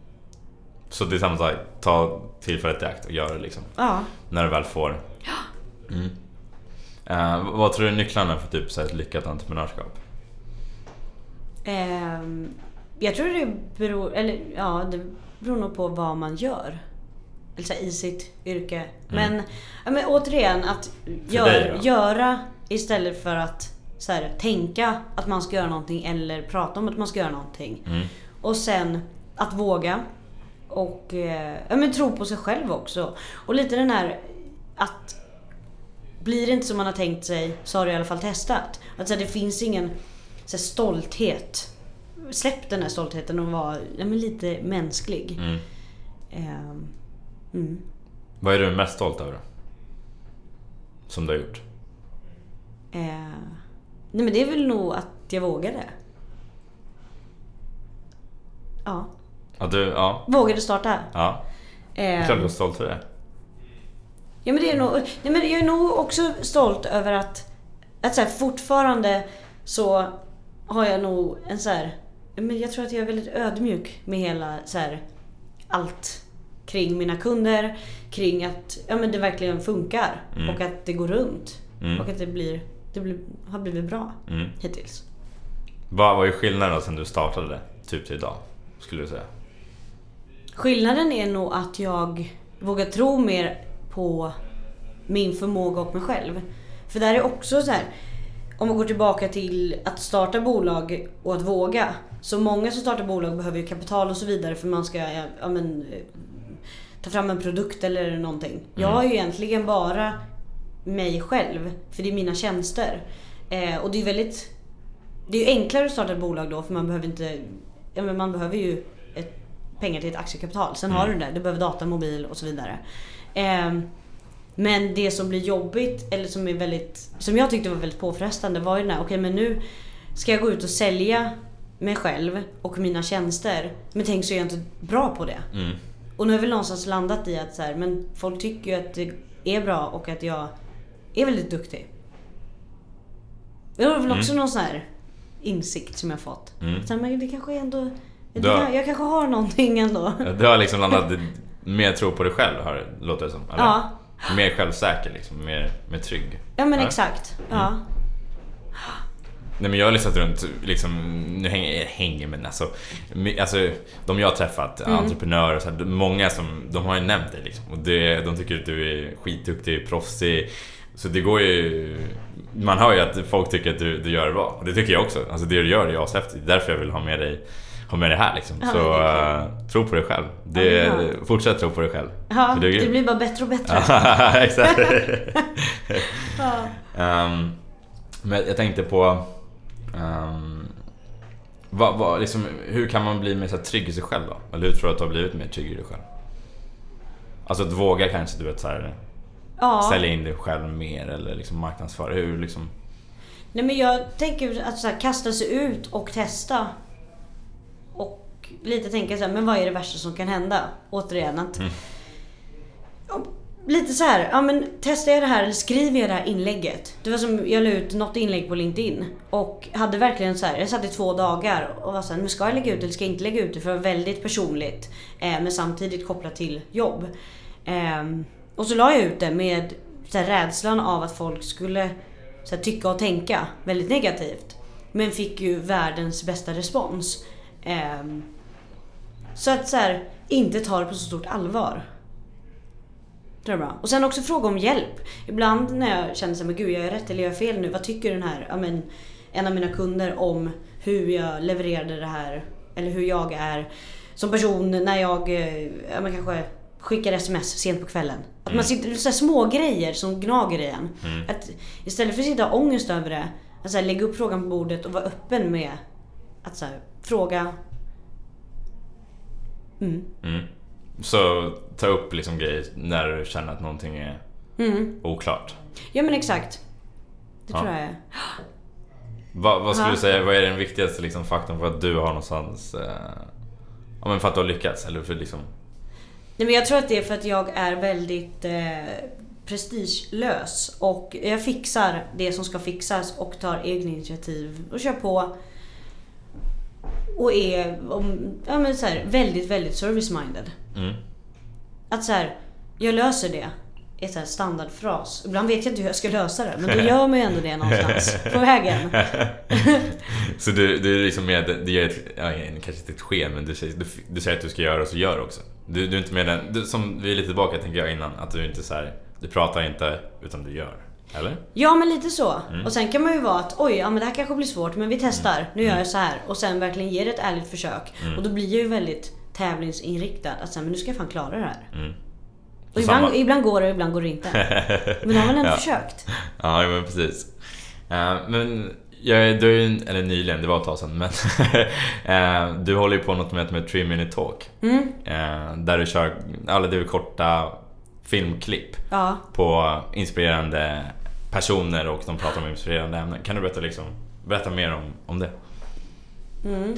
Så det är samma sak, ta tillfället i akt och göra det liksom. Ja. När du väl får. Ja. Mm. Uh, vad tror du är nycklarna för typ så här, ett lyckat entreprenörskap? Um, jag tror det beror, eller ja, det beror nog på vad man gör. Eller så här, i sitt yrke. Mm. Men, ja, men återigen att gör, dig, göra istället för att så här, tänka att man ska göra någonting eller prata om att man ska göra någonting. Mm. Och sen att våga. Och eh, ja, men tro på sig själv också. Och lite den här att blir det inte som man har tänkt sig så har du i alla fall testat. Att så här, det finns ingen så här, stolthet. Släpp den här stoltheten och vara ja, men lite mänsklig. Mm. Eh, mm. Vad är du mest stolt över? Som du har gjort? Eh, nej, men det är väl nog att jag vågade. Ja. Att du, ja. Vågade starta. Ja. Eh, Klart du är stolt för det. Ja, men det är nog, nej, men jag är nog också stolt över att, att så här, fortfarande så har jag nog en så här, men jag tror att jag är väldigt ödmjuk med hela så här, allt kring mina kunder, kring att ja, men det verkligen funkar mm. och att det går runt mm. och att det blir det blir, har blivit bra mm. hittills. Vad var ju skillnaden då sen du startade typ till idag, skulle du säga? Skillnaden är nog att jag vågar tro mer på min förmåga och mig själv. För där är också så här, om man går tillbaka till att starta bolag och att våga. Så många som startar bolag behöver ju kapital och så vidare för man ska ja, men, ta fram en produkt eller någonting. Mm. Jag har ju egentligen bara mig själv, för det är mina tjänster. Eh, och det är väldigt, det är ju enklare att starta ett bolag då, för man behöver inte, ja, men man behöver ju ett, pengar till ett aktiekapital. Sen mm. har du det, du behöver data, mobil och så vidare. Eh, men det som blir jobbigt, eller som är väldigt, som jag tyckte var väldigt påfrestande, var ju den här, okej, okay, men nu ska jag gå ut och sälja mig själv och mina tjänster, men tänk så är jag inte bra på det. Mm. Och nu har vi någonstans landat i att så här, men folk tycker ju att det är bra och att jag är väldigt duktig. Och det var väl också mm. någon sån här insikt som jag fått. Mm. Så, men det kanske ändå... Jag, har, jag kanske har någonting ändå. Du har liksom landat mer tro på dig själv, har, låter det som. Eller? Ja. Mer självsäker, liksom. Mer, mer trygg. Ja, men ja. exakt. Ja. Mm. Nej, men jag har lyssnat runt liksom, nu hänger, hänger men alltså, alltså de jag har träffat, mm. entreprenörer så här, många som, de har ju nämnt dig liksom, och det, de tycker att du är skitduktig, proffsig, så det går ju, man hör ju att folk tycker att du, du gör det bra, och det tycker jag också, alltså det du gör är ashäftigt, därför jag vill ha med dig ha med det här liksom. Ja, så uh, tro på dig själv. Det, ja. Fortsätt tro på dig själv. Ja, det, det blir bara bättre och bättre. Exakt. ja. um, men jag tänkte på Um, vad, vad, liksom, hur kan man bli mer så här, trygg i sig själv då? Eller hur tror du att du har blivit mer trygg i dig själv? Alltså att våga kanske, du vet så här, ja. Sälja in dig själv mer eller liksom marknadsföra, hur liksom... Nej, men jag tänker att så här, kasta sig ut och testa. Och lite tänka så här, men vad är det värsta som kan hända? Återigen att mm. lite så här, ja men testar jag det här eller skriver jag det här inlägget. Det var som, jag la ut något inlägg på LinkedIn och hade verkligen så här, jag satt i två dagar och var så här, men ska jag lägga ut eller ska jag inte lägga ut det, för det var väldigt personligt eh, men samtidigt kopplat till jobb. Eh, och så la jag ut det med så här, rädslan av att folk skulle så här, tycka och tänka väldigt negativt, men fick ju världens bästa respons. Eh, så att så här, inte ta det på så stort allvar. Det är bra. Och sen också fråga om hjälp. Ibland när jag känner så här, men gud, jag är rätt eller jag är fel nu. Vad tycker den här, ja, men, en av mina kunder om hur jag levererade det här, eller hur jag är som person när jag, ja, men kanske skickar sms sent på kvällen. Att mm. man sitter så här, små grejer som gnager i en. Mm. Att istället för att sitta och ångest över det, att så här, lägga upp frågan på bordet och vara öppen med att så här, fråga. Mm. Mm. Så ta upp liksom grejer när du känner att någonting är mm. oklart. Ja, men exakt. Det ja. tror jag är. Vad, vad skulle ja. du säga, vad är den viktigaste liksom, faktorn för att du har någonstans eh, ja, men för att du har lyckats? Eller för liksom... Nej, men jag tror att det är för att jag är väldigt eh, prestigelös. Och jag fixar det som ska fixas och tar egna initiativ och kör på. Och är ja, men så här, väldigt, väldigt service-minded. Mm. Att så här, jag löser det är så här standardfras. Ibland vet jag inte hur jag ska lösa det, men då gör man ju ändå det någonstans på vägen. Så du, du är liksom med, det är ett, ja, kanske inte ett sken, men du säger, du, du säger att du ska göra och så gör också. Du, du är inte med den, du, som vi är lite tillbaka tänker jag innan, att du inte så här, du pratar inte utan du gör. Eller? Ja, men lite så. Mm. Och sen kan man ju vara att oj, ja, men det här kanske blir svårt, men vi testar. Mm. Nu gör jag så här. Och sen verkligen ger ett ärligt försök. Mm. Och då blir jag ju väldigt tävlingsinriktad. Att säga, men nu ska jag fan klara det här. Mm. Och ibland, ibland går det och ibland går det inte. Men har man ändå ja. försökt. Ja, men precis. Uh, men jag, du är ju, eller nyligen, det var ett tag sedan, men uh, du håller ju på något med, med tre minute talk. Mm. Uh, där du kör, alla det är korta filmklipp ja. på inspirerande personer och de pratar om inspirerande ämnen. Kan du berätta, liksom, berätta mer om, om det? Mm.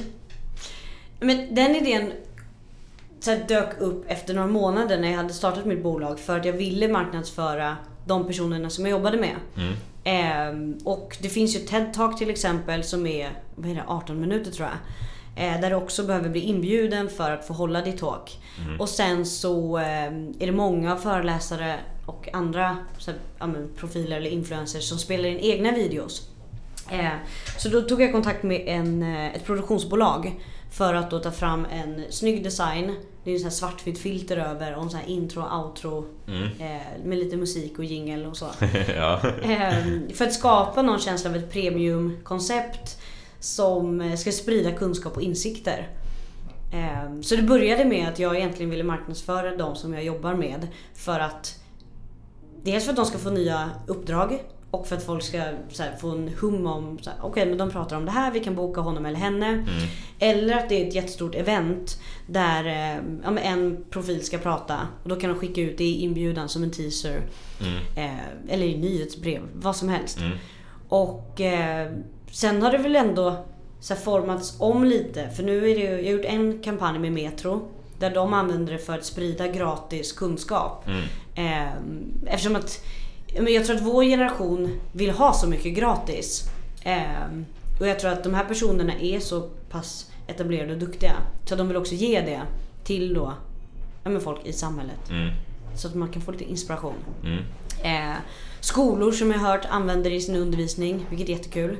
Men den idén så här, dök upp efter några månader när jag hade startat mitt bolag, för att jag ville marknadsföra de personerna som jag jobbade med. Mm. Ehm, och det finns ju TED-talk till exempel som är, vad är det, arton minuter tror jag. Eh, där du också behöver bli inbjuden för att få hålla ditt talk. Mm. Och sen så eh, är det många föreläsare och andra så här, ja, men, profiler eller influencers som spelar in egna videos. Eh, så då tog jag kontakt med en, ett produktionsbolag för att då ta fram en snygg design. Det är en sån här svartvitt filter över och en sån här intro och outro mm. eh, med lite musik och jingle och så. ja. eh, för att skapa någon känsla av ett premiumkoncept som ska sprida kunskap och insikter. Eh, så det började med att jag egentligen ville marknadsföra de som jag jobbar med, för att dels för att de ska få nya uppdrag och för att folk ska så här, få en hum om okej, okay, men de pratar om det här, vi kan boka honom eller henne. Mm. Eller att det är ett jättestort event där eh, ja, men en profil ska prata och då kan de skicka ut det i inbjudan som en teaser mm. eh, eller i nyhetsbrev, vad som helst. Mm. Och eh, sen har det väl ändå så här, formats om lite, för nu är det, jag har gjort en kampanj med Metro där de använder det för att sprida gratis kunskap. Mm. Eh, eftersom att men jag tror att vår generation vill ha så mycket gratis. Eh, och jag tror att de här personerna är så pass etablerade och duktiga så de vill också ge det till då, ja, men folk i samhället. Mm. Så att man kan få lite inspiration. Mm. Eh, skolor som jag har hört använder i sin undervisning, vilket är jättekul.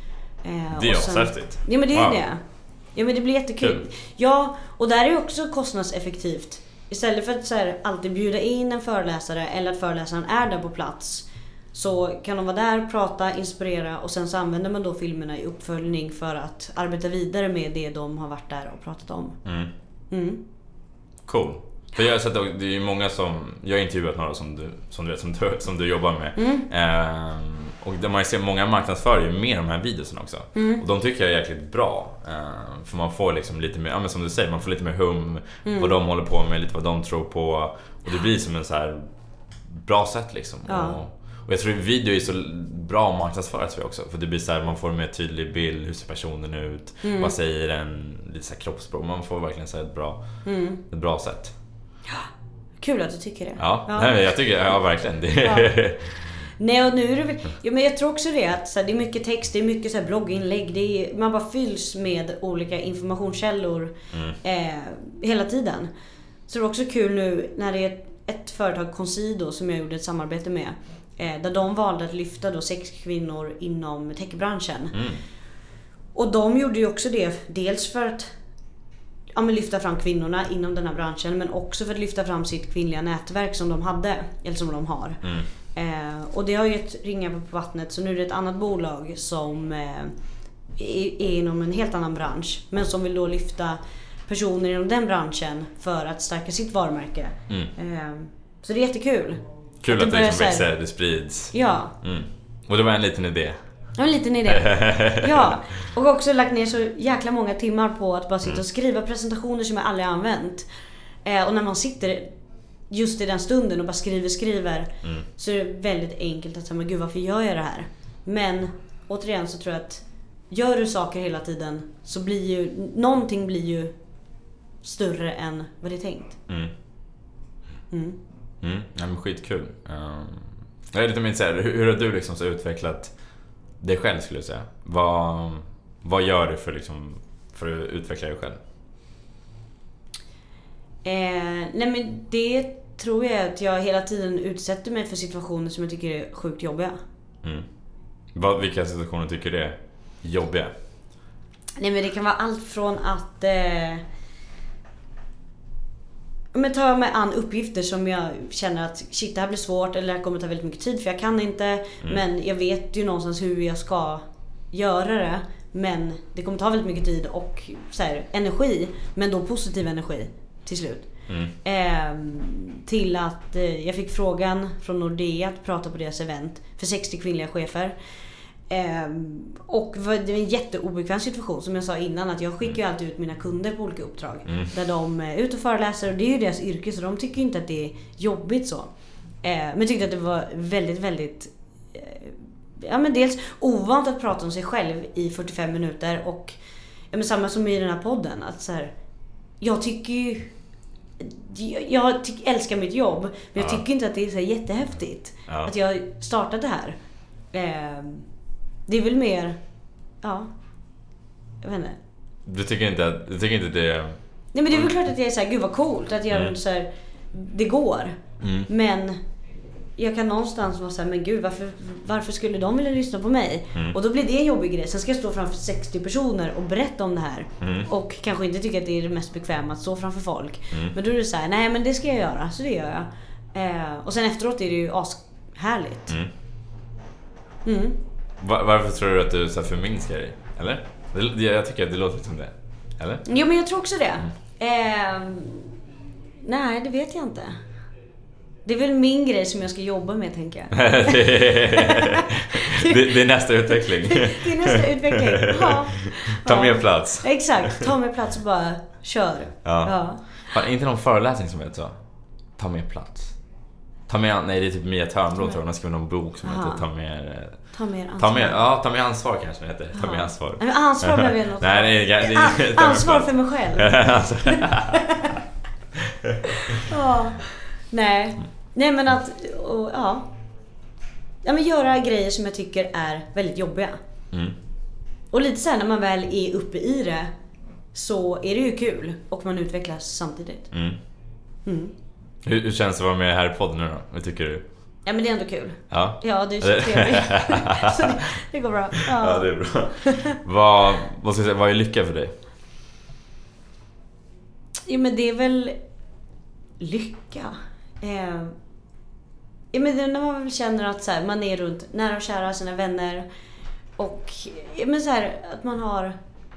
Eh, det är också häftigt. Ja, men det är wow. det. Ja, men det blir jättekul. Kul. Ja, och där är det också kostnadseffektivt. Istället för att så här, alltid bjuda in en föreläsare eller att föreläsaren är där på plats, så kan de vara där, prata, inspirera och sen så använder man då filmerna i uppföljning för att arbeta vidare med det de har varit där och pratat om. Mm. Mm. Cool. För jag har sett att det är många som, jag har intervjuat några som du, som du, vet, som du, som du jobbar med. Mm. Ehm, och där man ser många marknadsför ju med de här videorna också. Mm. Och de tycker jag är jäkligt bra. Ehm, för man får liksom lite mer, ja, men som du säger, man får lite mer hum, mm. vad de håller på med, lite vad de tror på. Och det blir som en så här bra sätt liksom. Ja. Och, och jag tror att video är så bra att marknadsföra tror jag också. För det blir så här, man får en mer tydlig bild, hur ser personen ut, mm. vad säger en, lite så här kroppsspråk. Man får verkligen så här ett bra, mm. ett bra sätt. Ja, kul att du tycker det. Ja, ja. Nej, jag tycker, ja verkligen det. Ja. Nej, och nu är det väl, ja, men jag tror också det att så här, det är mycket text, det är mycket så här blogginlägg, det är, man bara fylls med olika informationskällor mm. eh, hela tiden. Så det är också kul nu när det är ett, ett företag, Consido, som jag gjorde ett samarbete med, eh, där de valde att lyfta då sex kvinnor inom techbranschen. Mm. Och de gjorde ju också det dels för att ja, men lyfta fram kvinnorna inom den här branschen, men också för att lyfta fram sitt kvinnliga nätverk som de hade, eller som de har. Mm. Eh, och det har ju ett ringa på vattnet, så nu är det ett annat bolag som eh, är, är inom en helt annan bransch, men som vill då lyfta personer inom den branschen för att stärka sitt varumärke. Mm. Eh, så det är jättekul. Kul att, att det, det liksom växer, det sprids. Ja. Mm. Och det var en liten idé. En liten idé. Ja, och också lagt ner så jäkla många timmar på att bara sitta och skriva presentationer som jag aldrig använt. Eh, och när man sitter just i den stunden och bara skriver, skriver mm. så är det väldigt enkelt att säga, men gud, varför gör jag det här? Men återigen så tror jag att gör du saker hela tiden så blir ju, någonting blir ju större än vad det är tänkt. Mm. Mm. Mm. Ja, men skitkul. Um, jag är lite mer så här, hur, hur har du liksom så utvecklat dig själv, skulle jag säga? Vad, vad gör du för, liksom, för att utveckla dig själv? Eh, nej men det tror jag att jag hela tiden utsätter mig för situationer som jag tycker är sjukt jobbiga. Mm. Vad, vilka situationer tycker du är jobbiga? Nej men det kan vara allt från att eh, men ta mig an uppgifter som jag känner att shit, det här blir svårt eller det här kommer ta väldigt mycket tid för jag kan inte. Mm. Men jag vet ju någonstans hur jag ska göra det. Men det kommer ta väldigt mycket tid och så här, energi. Men då positiv energi till slut. Mm. Eh, till att eh, jag fick frågan från Nordea att prata på deras event för sextio kvinnliga chefer. Eh, och det var en jätteobekväm situation som jag sa innan, att jag skickar ju alltid ut mina kunder på olika uppdrag mm. där de är ute och föreläser, och det är ju deras yrke, så de tycker inte att det är jobbigt så. Eh, men tyckte att det var väldigt, väldigt eh, ja men dels ovant att prata om sig själv i fyrtiofem minuter, och ja, men samma som i den här podden, att så här, jag tycker ju jag ty- älskar mitt jobb, men jag tycker inte att det är så jättehäftigt ja. att jag startade det här. Eh, det är väl mer, ja, jag vet inte. Du tycker inte att, du tycker inte det... Nej, men det är väl klart att jag är så här, gud vad coolt att jag mm. så här, det går. Mm. Men jag kan någonstans vara så här, men gud, varför, varför skulle de vilja lyssna på mig? Mm. Och då blir det en jobbig grej. Sen ska jag stå framför sextio personer och berätta om det här. Mm. Och kanske inte tycka att det är det mest bekväma att stå framför folk. Mm. Men då är det så här, nej men det ska jag göra, så det gör jag. Eh, och sen efteråt är det ju ashärligt. Mm. Mm. Var, varför tror du att du så här förminskar dig? Eller? Jag tycker att det låter som det. Eller? Jo, men jag tror också det. Mm. Eh, nej, det vet jag inte. Det är väl min grej som jag ska jobba med, tänker jag. det, är, det, det är nästa utveckling. det är nästa utveckling. Ja. Ta ja. mer plats. Exakt, ta mer plats och bara kör. Ja. Ja. Har inte någon föreläsning som heter så? Ta mer plats. Ta mer, nej, det är typ Mia Törnblom, tror jag. Hon skriver någon bok som Aha. heter Ta mer... Ta mer ansvar. Ta mer, ja, ta mer ansvar kanske det heter. Ta mer ansvar. Men ansvar behöver jag något. Nej, det är, det är, An- ansvar för mig själv. ja. Nej. Nej, men att och, ja. Ja, men göra grejer som jag tycker är väldigt jobbiga. Mm. Och lite så här när man väl är uppe i det, så är det ju kul och man utvecklas samtidigt. Mm. Mm. Hur, hur känns det att vara med här i podden nu då? Vad tycker du? Ja, men det är ändå kul. Ja, ja det är så trevligt. Så det, det går bra. Ja, ja det är bra. vad, vad, ska jag säga, vad är lycka för dig? Ja, men det är väl lycka. Eh, ja, men det är när man väl känner att så här, man är runt nära och kära sina vänner. Och ja, men så här, att man har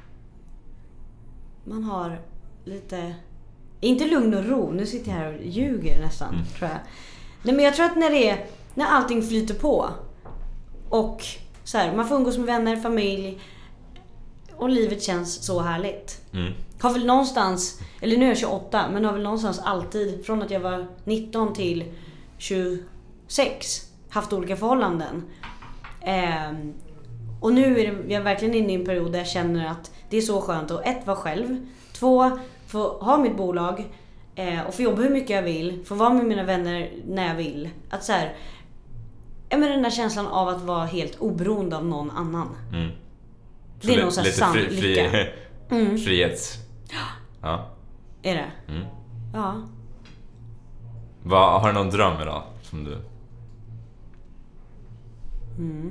man har lite, inte lugn och ro. Nu sitter jag här och ljuger nästan, mm. tror jag. Nej, men jag tror att när det är, när allting flyter på och så här, man får umgås med vänner, familj och livet känns så härligt. Mm. Har väl någonstans, eller nu är jag tjugoåtta, men har väl någonstans alltid från att jag var nitton till tjugosex haft olika förhållanden. Ehm, och nu är det, jag är verkligen inne i en period där jag känner att det är så skönt att ett, vara själv, två, få ha mitt bolag eh, och få jobba hur mycket jag vill, få vara med mina vänner när jag vill. Att så här, ja, men den där känslan av att vara helt oberoende av någon annan. Mm. Det är nog så här sann fri, fri, lycka. Mm. Frihets. Ja. Är det? Mm. Ja. Vad, har du någon dröm idag som du... Mm.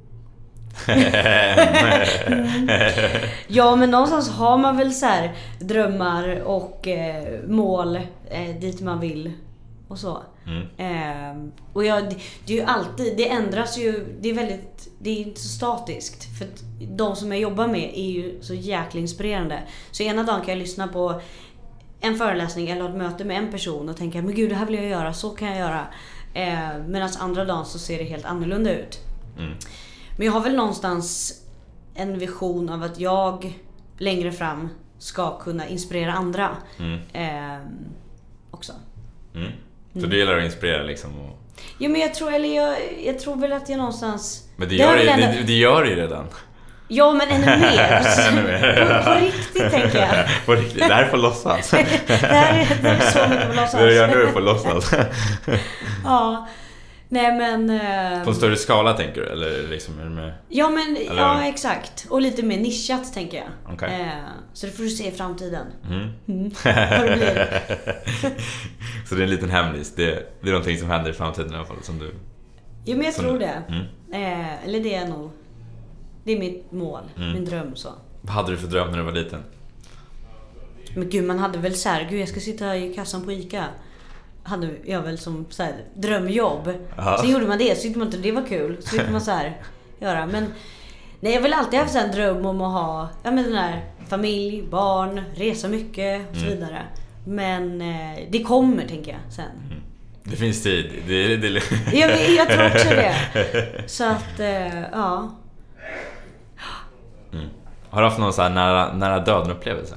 Ja, men någonstans har man väl så här drömmar och eh, mål eh, dit man vill och så. Mm. Eh, och jag, det, det är ju alltid, det ändras ju, det är väldigt, det är inte så statiskt, för att de som jag jobbar med är ju så jäkla inspirerande. Så ena dagen kan jag lyssna på en föreläsning eller ett möte med en person och tänka, men gud, det här vill jag göra, så kan jag göra. Eh, medan andra dagen så ser det helt annorlunda ut. Mm. Men jag har väl någonstans en vision av att jag längre fram ska kunna inspirera andra. Mm. Eh, också. Mm. Så du gillar att inspirera liksom? Och... Jo, men jag tror, eller jag, jag tror väl att jag någonstans... Men det gör, det, ändå... det, det gör ju redan. Ja, men ännu mer. ännu mer. På, på riktigt, tänker jag. På riktigt, det här får låtsas. det, här är, det är så mycket på låtsas. Det du gör nu får låtsas. Ja. Nej, men... Uh... På en större skala tänker du? Eller liksom, är det med... Ja, men eller... ja, exakt. Och lite mer nischat, tänker jag. Okay. Uh, så det får du se i framtiden. Mm. Mm. Vad det blir. Så det är en liten hemlis. Det, det är någonting som händer i framtiden i alla fall. Som du... Jo, men jag tror du... det. Mm. Uh, eller det är nog... Det är mitt mål, mm. min dröm så. Vad hade du för dröm när du var liten? Men gud, man hade väl så här, gud, jag ska sitta i kassan på ICA. Hade jag väl som så här, drömjobb. Aha. Så gjorde man det, så tyckte man inte det var kul. Så fick man så här göra. Men nej, jag har väl alltid haft en dröm om att ha, ja, men den här familj, barn, resa mycket och så mm. vidare. Men eh, det kommer, tänker jag, sen. Mm. Det finns tid. Det, det, det... jag, jag tror också det. Så att, eh, ja. Mm. Har du haft någon så här nära, nära döden upplevelse?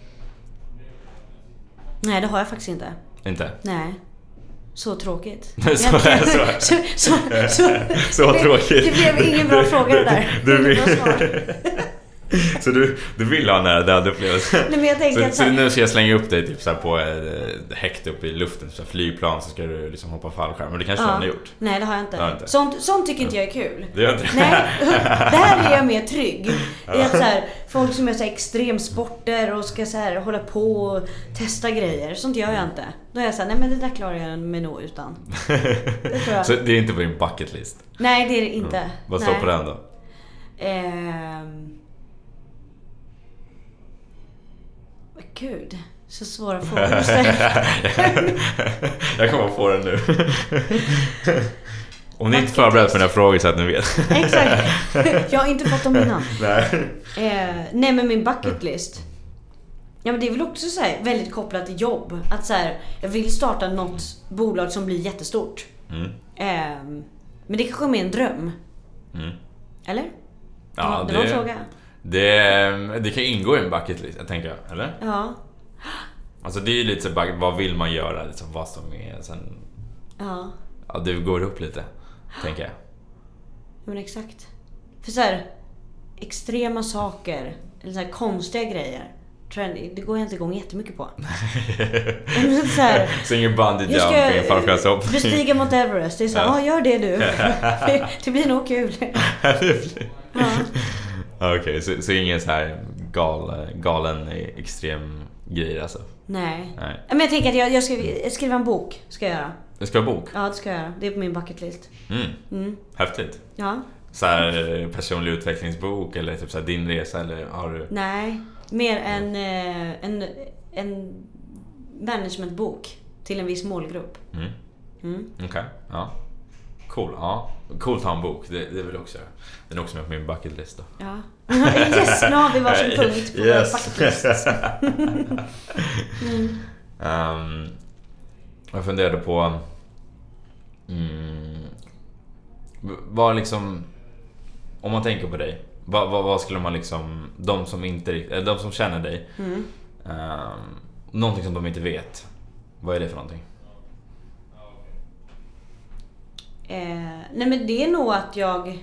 Nej, det har jag faktiskt inte. Inte? Nej. Så tråkigt. så, så, så, så, så, så, så tråkigt. Det blev ingen bra fråga det där. Du, du, så du, du vill ha nära död upplevelse? Nej, men jag tänker så, att så nu ska jag slänga upp dig typ så här på ett häkt upp i luften, så här flygplan, så ska du liksom hoppa fallskärm. Men det kanske ja. du har gjort? Nej, det har jag inte. Har inte. Sånt, sånt tycker inte jag är kul. Det gör inte. Nej, det här är jag mer trygg. Det är att så här, folk som gör så här extremsporter och ska så här hålla på och testa grejer, sånt gör jag inte. Då är jag så här, nej, men det där klarar jag mig nog utan. Det tror jag. Så det är inte på din bucket list? Nej, det är det inte. Mm. Vad står nej. på den då? Ehm... Gud, så svåra frågor. Jag kommer att få den nu. Om ni inte förberett för den här frågan så att ni vet. Exakt. Jag har inte fått dem innan. Nej. Eh, nej, men min bucket list. Ja, men det är väl också så här, väldigt kopplat till jobb. Att så här, jag vill starta något bolag som blir jättestort. Mm. Eh, men det kanske är mer en dröm. Mm. Eller? Ja, det, det, det, var en fråga. Det, det kan ingå i en bucket list, jag tänker, eller? Ja. Alltså det är ju lite så, vad vill man göra, liksom, vad som är sen. Ja. Ja, det går upp lite, tänker jag. Men exakt. För så här, extrema saker eller så här konstiga grejer, trend, det går jag inte igång jättemycket på. Så här, Singer bungee jumping, fallskärmshoppning, bestiga mot Everest. Det är så här, ja, ah, gör det du. Det blir nog kul. Okej, okay, så, så ingen så här gal, galen extrem grej alltså? Nej. Nej. Men jag tänker att jag, jag ska skriva en bok, ska jag göra. Det ska vara bok? Ja, det ska jag göra. Det är på min bucketlist. Mm. Mm. Häftigt. Ja. Så här personlig utvecklingsbok eller typ så här din resa eller har du? Nej, mer en, en, en managementbok till en viss målgrupp. Mm. Mm. Okej, okay. Ja. Cool, ja. Coolt att ha en bok, det, det vill jag också göra. Den är också med på min bucketlist då. Ja. Yes, nu har vi varsin punkt på yes. vår bucketlist. mm. um, Jag funderade på mm, vad liksom, om man tänker på dig, vad, vad, vad skulle man liksom, de som inte, eller de som känner dig, mm. um, någonting som de inte vet, vad är det för någonting? Eh, nej men det är nog att jag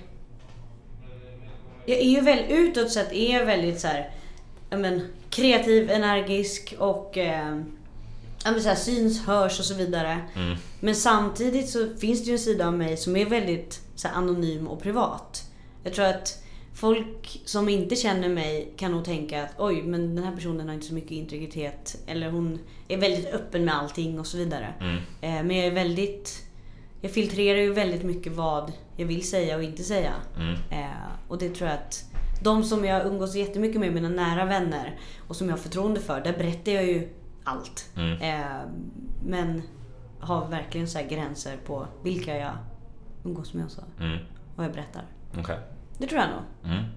Jag är ju väldigt utåt sett är jag väldigt så här, jag men, kreativ, energisk och eh, jag men, så här, syns, hörs och så vidare. Mm. Men samtidigt så finns det ju en sida av mig som är väldigt så här, anonym och privat. Jag tror att folk som inte känner mig kan nog tänka att oj, men den här personen har inte så mycket integritet, eller hon är väldigt öppen med allting och så vidare. Mm. Eh, men jag är väldigt Jag filtrerar ju väldigt mycket vad jag vill säga och inte säga. Mm. Eh, och det tror jag att de som jag umgås jättemycket med, mina nära vänner och som jag har förtroende för, där berättar jag ju allt. Mm. Eh, men har verkligen så här gränser på vilka jag umgås med och så. Mm. Och jag berättar. Okay. Det tror jag nog. Mm.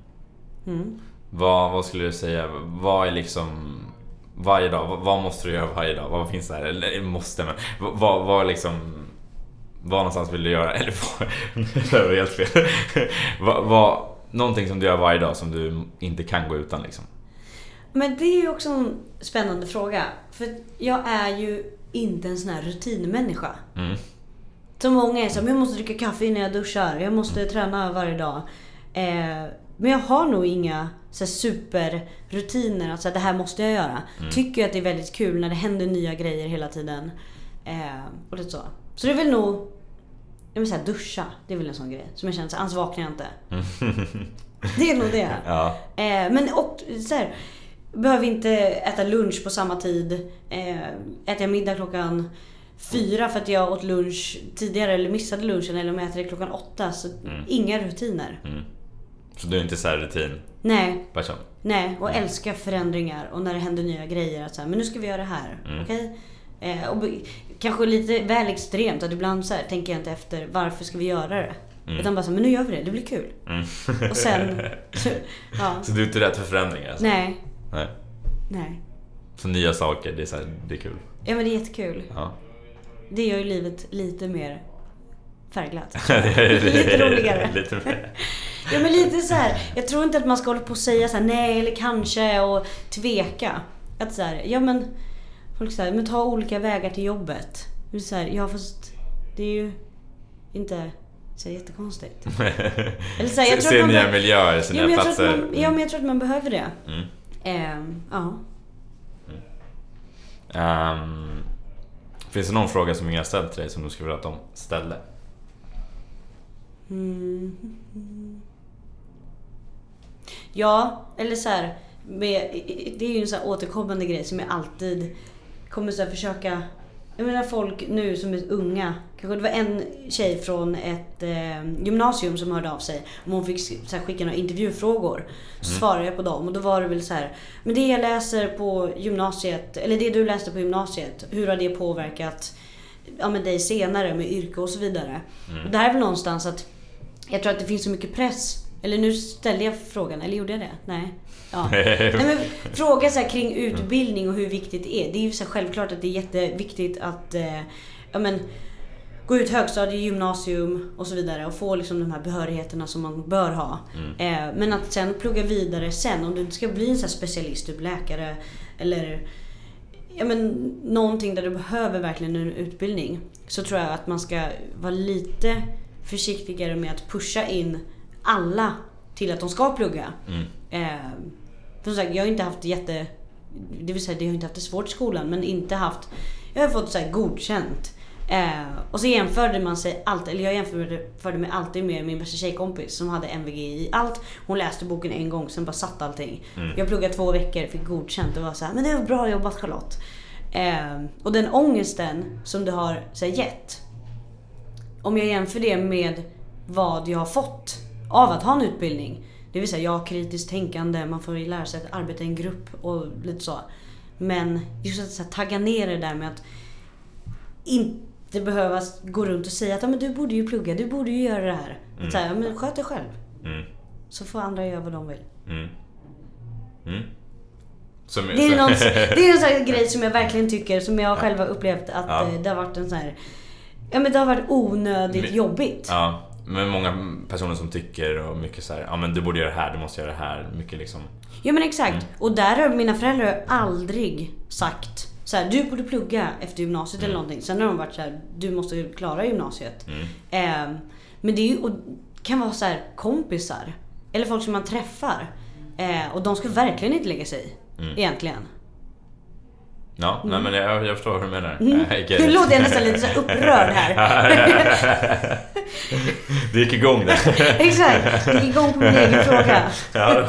Mm. Vad, vad skulle du säga? Vad är liksom varje dag? Vad, vad måste du göra varje dag? Vad finns det här? Eller måste men vad, vad liksom vad någonstans vill du göra? Eller det var helt fel. vad, vad, någonting som du gör varje dag som du inte kan gå utan liksom. Men det är ju också en spännande fråga. För jag är ju inte en sån här rutinmänniska. Mm. Så många är så, jag måste dricka kaffe innan jag duschar. Jag måste mm. träna varje dag. Eh, men jag har nog inga så här, superrutiner. Alltså det här måste jag göra. Mm. Tycker att det är väldigt kul när det händer nya grejer hela tiden. Eh, och det så. Så det är väl nog, jag vill säga duscha, det är väl en sån grej som jag känner, så annars vaknar jag inte. Det är nog det. Ja. Eh, men och, så här, behöver inte äta lunch på samma tid. Eh, äter jag middag klockan fyra för att jag åt lunch tidigare eller missade lunchen, eller om jag äter det klockan åtta. Så mm. inga rutiner. Mm. Så du är inte så här rutin? Nej. Person. Nej, och mm. älskar förändringar. Och när det händer nya grejer, att så här, men nu ska vi göra det här. Mm. Okej? Okay? Eh, och kanske lite väl extremt att ibland så här, tänker jag inte efter varför ska vi göra det. Mm. Utan bara så, men nu gör vi det, det blir kul. Mm. Och sen ja. Så du är inte rädd för förändringar alltså? Nej. Nej. Nej. Så nya saker, det är så här, det är kul. Ja, men det är jättekul. Ja. Det gör ju livet lite mer färgglatt. Lite roligare. Lite mer. Ja, men lite så här, jag tror inte att man ska hålla på och säga så här, nej eller kanske och tveka. Att så här, ja men folk säger, men ta olika vägar till jobbet. Det är så här, ja fast det är ju inte så jättekonstigt. Eller så här, jag tror se att man nya be- miljöer, se ja, nya platser. Man, ja, men jag tror att man behöver det. Mm. Um, ja. Mm. Um, finns det någon fråga som ingen har ställt till dig som du skulle vilja att de ställde? Mm. Ja, eller så här, med, det är ju en så här återkommande grej som jag alltid kommer så här försöka. Jag menar folk nu som är unga, kanske det var en tjej från ett eh, gymnasium som hörde av sig och hon fick så här, skicka några intervjufrågor. Så mm. svarade jag på dem och då var det väl så här, men det jag läser på gymnasiet, eller det du läste på gymnasiet, hur har det påverkat ja, med dig senare med yrke och så vidare. Mm. Och det här är väl någonstans att jag tror att det finns så mycket press. Eller nu ställde jag frågan, eller gjorde jag det? Nej. Ja. Nej, men fråga så här kring utbildning och hur viktigt det är. Det är ju så självklart att det är jätteviktigt att eh, ja, men, gå ut högstadie, gymnasium och så vidare och få liksom de här behörigheterna som man bör ha. Mm. Eh, men att sen plugga vidare sen, om du inte ska bli en så här specialist, typ läkare eller ja, men, någonting där du behöver verkligen en utbildning, så tror jag att man ska vara lite försiktigare med att pusha in alla till att de ska plugga. Mm. Eh, som sagt, jag har inte haft jätte, det vill säga, jag har inte haft det svårt i skolan, men inte haft, jag har fått så här godkänt. Eh, och så jämförde man sig alltid, eller jag jämförde mig alltid med min bästa tjejkompis som hade M V G i allt. Hon läste boken en gång, sen bara satt allting. Mm. Jag pluggade två veckor, fick godkänt och var så här, men det var bra jobbat Charlotte. Eh, och den ångesten som du har så här, gett, om jag jämför det med vad jag har fått av att ha en utbildning, det vill säga jag har kritiskt tänkande, man får lära sig att arbeta i en grupp och lite så. Men just att så här, tagga ner det där med att inte behöva gå runt och säga att men du borde ju plugga, du borde ju göra det här. Mm. Så här, men sköt dig själv. Mm. Så får andra göra vad de vill. Mm. Mm. Som, det är någon, det är en sån här grej som jag verkligen tycker, som jag själv har upplevt att ja. det har varit en sån här, ja men det har varit onödigt men, jobbigt. Ja, men många personer som tycker och mycket så här, ja men du borde göra det här, du måste göra det här, mycket liksom. Ja men exakt. Mm. Och där har mina föräldrar aldrig sagt så här, du borde plugga efter gymnasiet mm. eller någonting. Sen har de varit så här, du måste klara gymnasiet. Mm. Eh, men det är ju, och kan vara så här kompisar eller folk som man träffar. Eh, och de ska verkligen inte lägga sig mm. egentligen. Ja, mm. nej, men jag, jag förstår vad du menar. Mm. Nu låter jag nästan lite så upprörd här. Det gick igång där. Exakt, det gick igång på min egen fråga. Ja,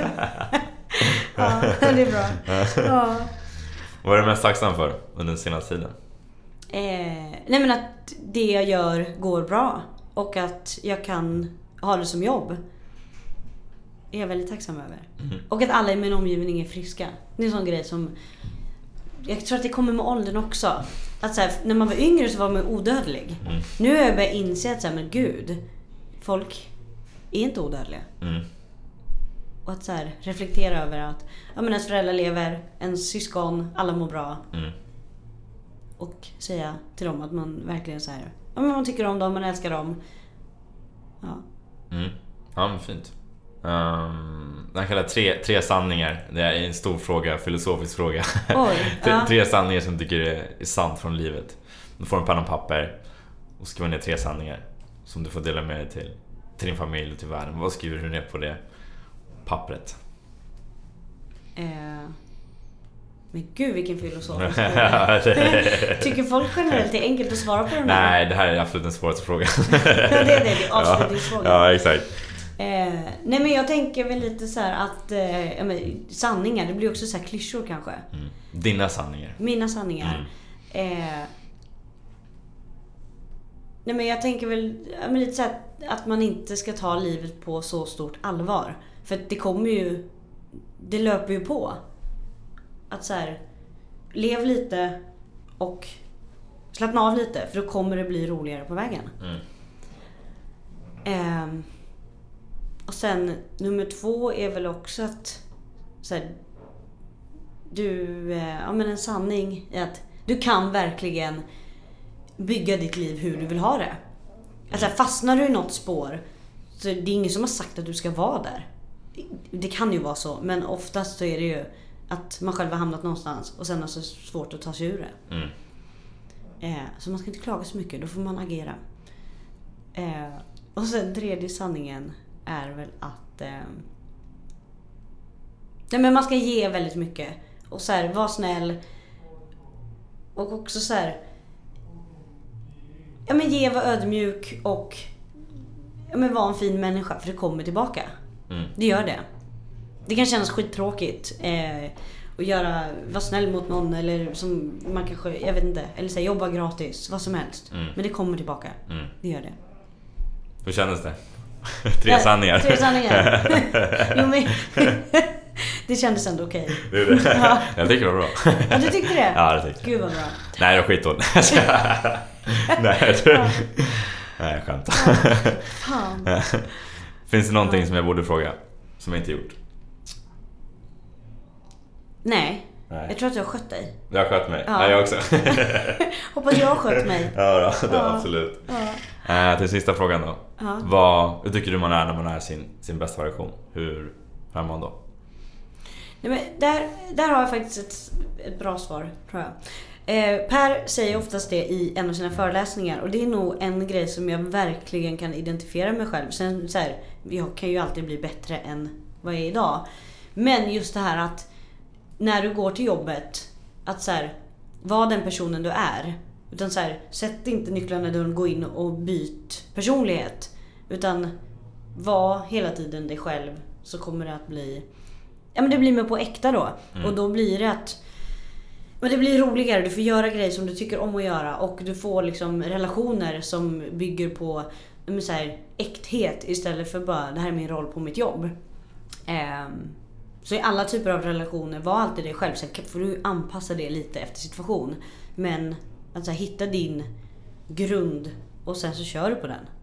ja det är bra. Ja. Vad är du mest tacksam för under den senaste tiden? Eh, nej men att det jag gör går bra. Och att jag kan ha det som jobb. Är jag väldigt tacksam över. Mm. Och att alla i min omgivning är friska. Det är en sån grej som jag tror att det kommer med åldern också. Att så här, när man var yngre så var man odödlig. Mm. Nu har jag börjat inse att så här, men gud, folk är inte odödliga. Mm. Och att så här, reflektera över att ja, men ens föräldrar lever, ens syskon, alla mår bra. Mm. Och säga till dem att man verkligen så här, ja, men man tycker om dem, man älskar dem. Ja. Mm. Ja, men fint. Um, den kallar tre, tre sanningar. Det är en stor fråga, filosofisk fråga. Oj, tre, ja. tre sanningar som tycker är, är sant från livet. Du får en penna och papper och skriver ner tre sanningar som du får dela med dig till, till din familj och till världen. Vad skriver du ner på det pappret? Eh, men gud, vilken filosofisk fråga. Tycker folk generellt det är enkelt att svara på den här? Nej, det här är absolut den svåraste frågan. Ja, det är det, det är avslutningsfrågan. Ja, ja, exakt. Eh, nej men jag tänker väl lite så här att eh, ja, men, sanningar, det blir också så här klyschor kanske. Mm. Dina sanningar. Mina sanningar. Mm. Eh, nej men jag tänker väl ja, men lite så här att man inte ska ta livet på så stort allvar. För det kommer ju, det löper ju på. Att så här, lev lite och slappna av lite, för då kommer det bli roligare på vägen. Mm. Eh, Och sen nummer två är väl också att så här, du, ja men en sanning är att du kan verkligen bygga ditt liv hur du vill ha det. Alltså fastnar du i något spår så det är ingen som har sagt att du ska vara där. Det kan ju vara så, men oftast så är det ju att man själv har hamnat någonstans och sen är det så svårt att ta sig ur det. Mm. Eh, så man ska inte klaga så mycket, då får man agera. Eh, och sen tredje sanningen är väl att eh, nej, men man ska ge väldigt mycket och så här, var snäll och också så här, ja men ge, var ödmjuk och ja men var en fin människa, för det kommer tillbaka. Mm. Det gör det. Det kan kännas skittråkigt eh, att göra, vara snäll mot någon eller som man kanske, jag vet inte, eller så här, jobba gratis, vad som helst. Mm. Men det kommer tillbaka. Mm. Det gör det. Hur kändes det? Tre sanningar. Tre sanningar. Jo, men det kändes ändå okej. Okay. Det det. Ja. Jag tycker det var bra. Ja, du tyckte det? Ja, det tyckte. Gud vad bra. Nej, det var skitdåligt. Nej, ja. Nej, skämt. Fan. Finns det någonting som jag borde fråga som jag inte gjort? Nej. Nej. Jag tror att jag har skött dig. Jag har skött mig. Ja. Nej, jag också. Hoppas jag har skött mig. Ja, då, det ja. Absolut. Ja. Uh, till sista frågan då. Ja. Vad, hur tycker du man är när man är sin, sin bästa version? Hur är man då? Nej, men där, där har jag faktiskt ett, ett bra svar, tror jag. Eh, Per säger oftast det i en av sina föreläsningar. Och det är nog en grej som jag verkligen kan identifiera mig själv. Sen så här, jag kan ju alltid bli bättre än vad jag är idag. Men just det här att när du går till jobbet, att så här, vara den personen du är Utan så här, sätt inte nycklarna i dörren, gå in och byt personlighet. Utan var hela tiden dig själv, så kommer det att bli, ja men det blir mer på äkta då. Mm. Och då blir det att, men det blir roligare, du får göra grejer som du tycker om att göra. Och du får liksom relationer som bygger på så här, äkthet istället för bara, det här är min roll på mitt jobb. Um, så i alla typer av relationer, var alltid dig själv. Sen får du anpassa det lite efter situation. Men alltså, hitta din grund och sen så kör du på den.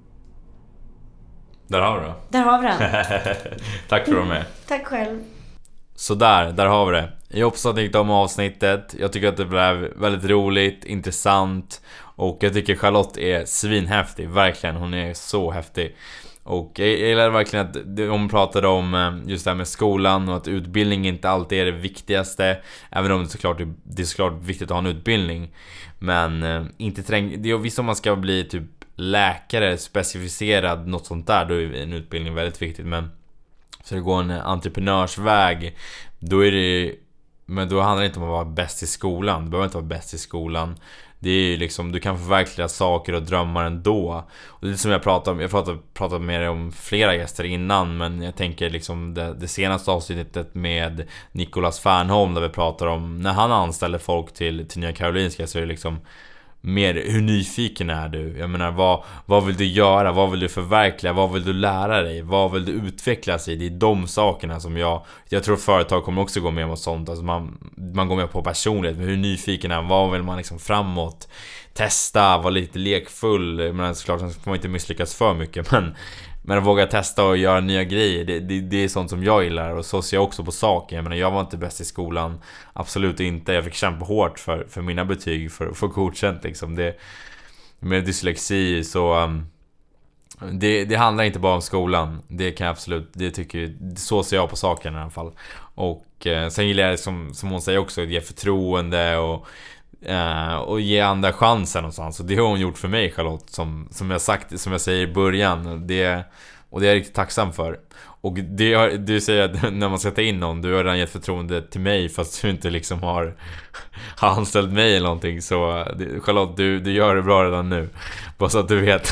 Där har vi det. Där har vi den. Tack för att du var med. Tack själv. Så där, där har vi det. Jag hoppas att ni tyckte om avsnittet. Jag tycker att det blev väldigt roligt, intressant. Och jag tycker Charlotte är svinhäftig, verkligen. Hon är så häftig. Och jag gillar verkligen att hon pratade om just det här med skolan och att utbildning inte alltid är det viktigaste. Även om det såklart, det är såklart viktigt att ha en utbildning. Men inte träng... det är visst, om man ska bli typ läkare, specificerad, något sånt där, då är en utbildning väldigt viktigt. Men så det går en entreprenörsväg, då är det, men då handlar det inte om att vara bäst i skolan. Du behöver inte vara bäst i skolan. Det är ju liksom, du kan förverkliga saker och drömmar ändå. Och det är som jag pratade om, jag pratade, pratade med dig om flera gäster innan, men jag tänker liksom det, det senaste avsnittet med Nicolas Fernholm, där vi pratar om när han anställer folk till, till Nya Karolinska, så är det liksom mer, hur nyfiken är du? Jag menar, vad, vad vill du göra? Vad vill du förverkliga? Vad vill du lära dig? Vad vill du utvecklas i? Det är de sakerna som jag Jag tror företag kommer också gå med mot sånt. Alltså man, man går med på personlighet. Men hur nyfiken är, vad vill man liksom framåt? Testa, vara lite lekfull. Men såklart så får man inte misslyckas för mycket. Men, men att våga testa och göra nya grejer, det, det, det är sånt som jag gillar. Och så ser jag också på saker. Jag menar, jag var inte bäst i skolan. Absolut inte. Jag fick kämpa hårt för, för mina betyg, för att få godkänt liksom. Det, med dyslexi så um, det, det handlar inte bara om skolan. Det kan jag absolut, det tycker, så ser jag på saken i alla fall. Och eh, sen gillar jag, som, som hon säger också, att ge förtroende och Uh, och ge andra chansen någonstans. Och det har hon gjort för mig, Charlotte, som, som jag sagt, som jag säger i början, det, och det är jag riktigt tacksam för. Och det, du säger att när man ska ta in någon, du har redan gett förtroende till mig fast du inte liksom har, har anställt mig eller någonting. Så det, Charlotte, du, du gör det bra redan nu, bara så att du vet.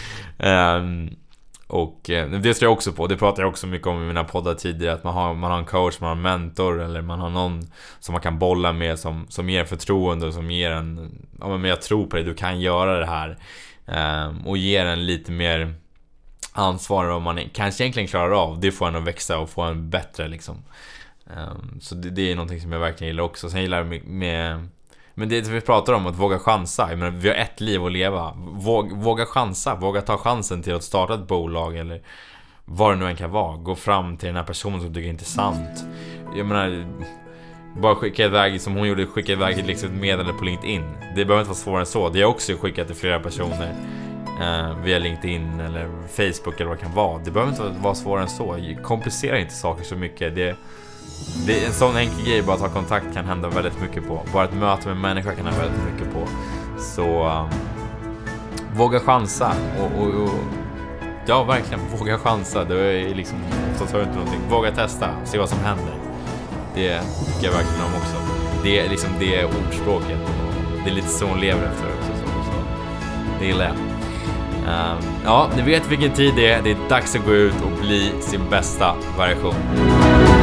um, Och det tror jag också på. Det pratar jag också mycket om i mina poddar tidigare, att man har, man har en coach, man har en mentor, eller man har någon som man kan bolla med, som, som ger förtroende och som ger en, ja men jag tror på det, du kan göra det här, um, och ger en lite mer ansvar än vad man kanske egentligen klarar av. Det får en att växa och få en bättre liksom. um, Så det, det är någonting som jag verkligen gillar också. Sen gillar jag med, med Men det vi pratar om, att våga chansa. Jag menar, vi har ett liv att leva. Våga, våga chansa, våga ta chansen till att starta ett bolag, eller vad det nu än kan vara. Gå fram till den här personen som tycker är intressant. Jag menar, bara skicka iväg, som hon gjorde, skicka iväg liksom ett meddelande på LinkedIn. Det behöver inte vara svårare än så. Det har också skickat till flera personer eh, via LinkedIn eller Facebook eller vad det kan vara. Det behöver inte vara svårare än så. Komplicera inte saker så mycket. Det Det är en sån enkel grej, bara att ha kontakt kan hända väldigt mycket på. Bara ett möte med människa kan hända väldigt mycket på. Så um, våga chansa och, och, och ja, verkligen våga chansa. Det är liksom, oftast hör inte någonting. Våga testa, se vad som händer. Det tycker jag verkligen om också. Det är liksom det ordspråket. Det är lite så hon lever efter också, så, så det gillar jag. Um, ja, ni vet vilken tid det är. Det är dags att gå ut och bli sin bästa version.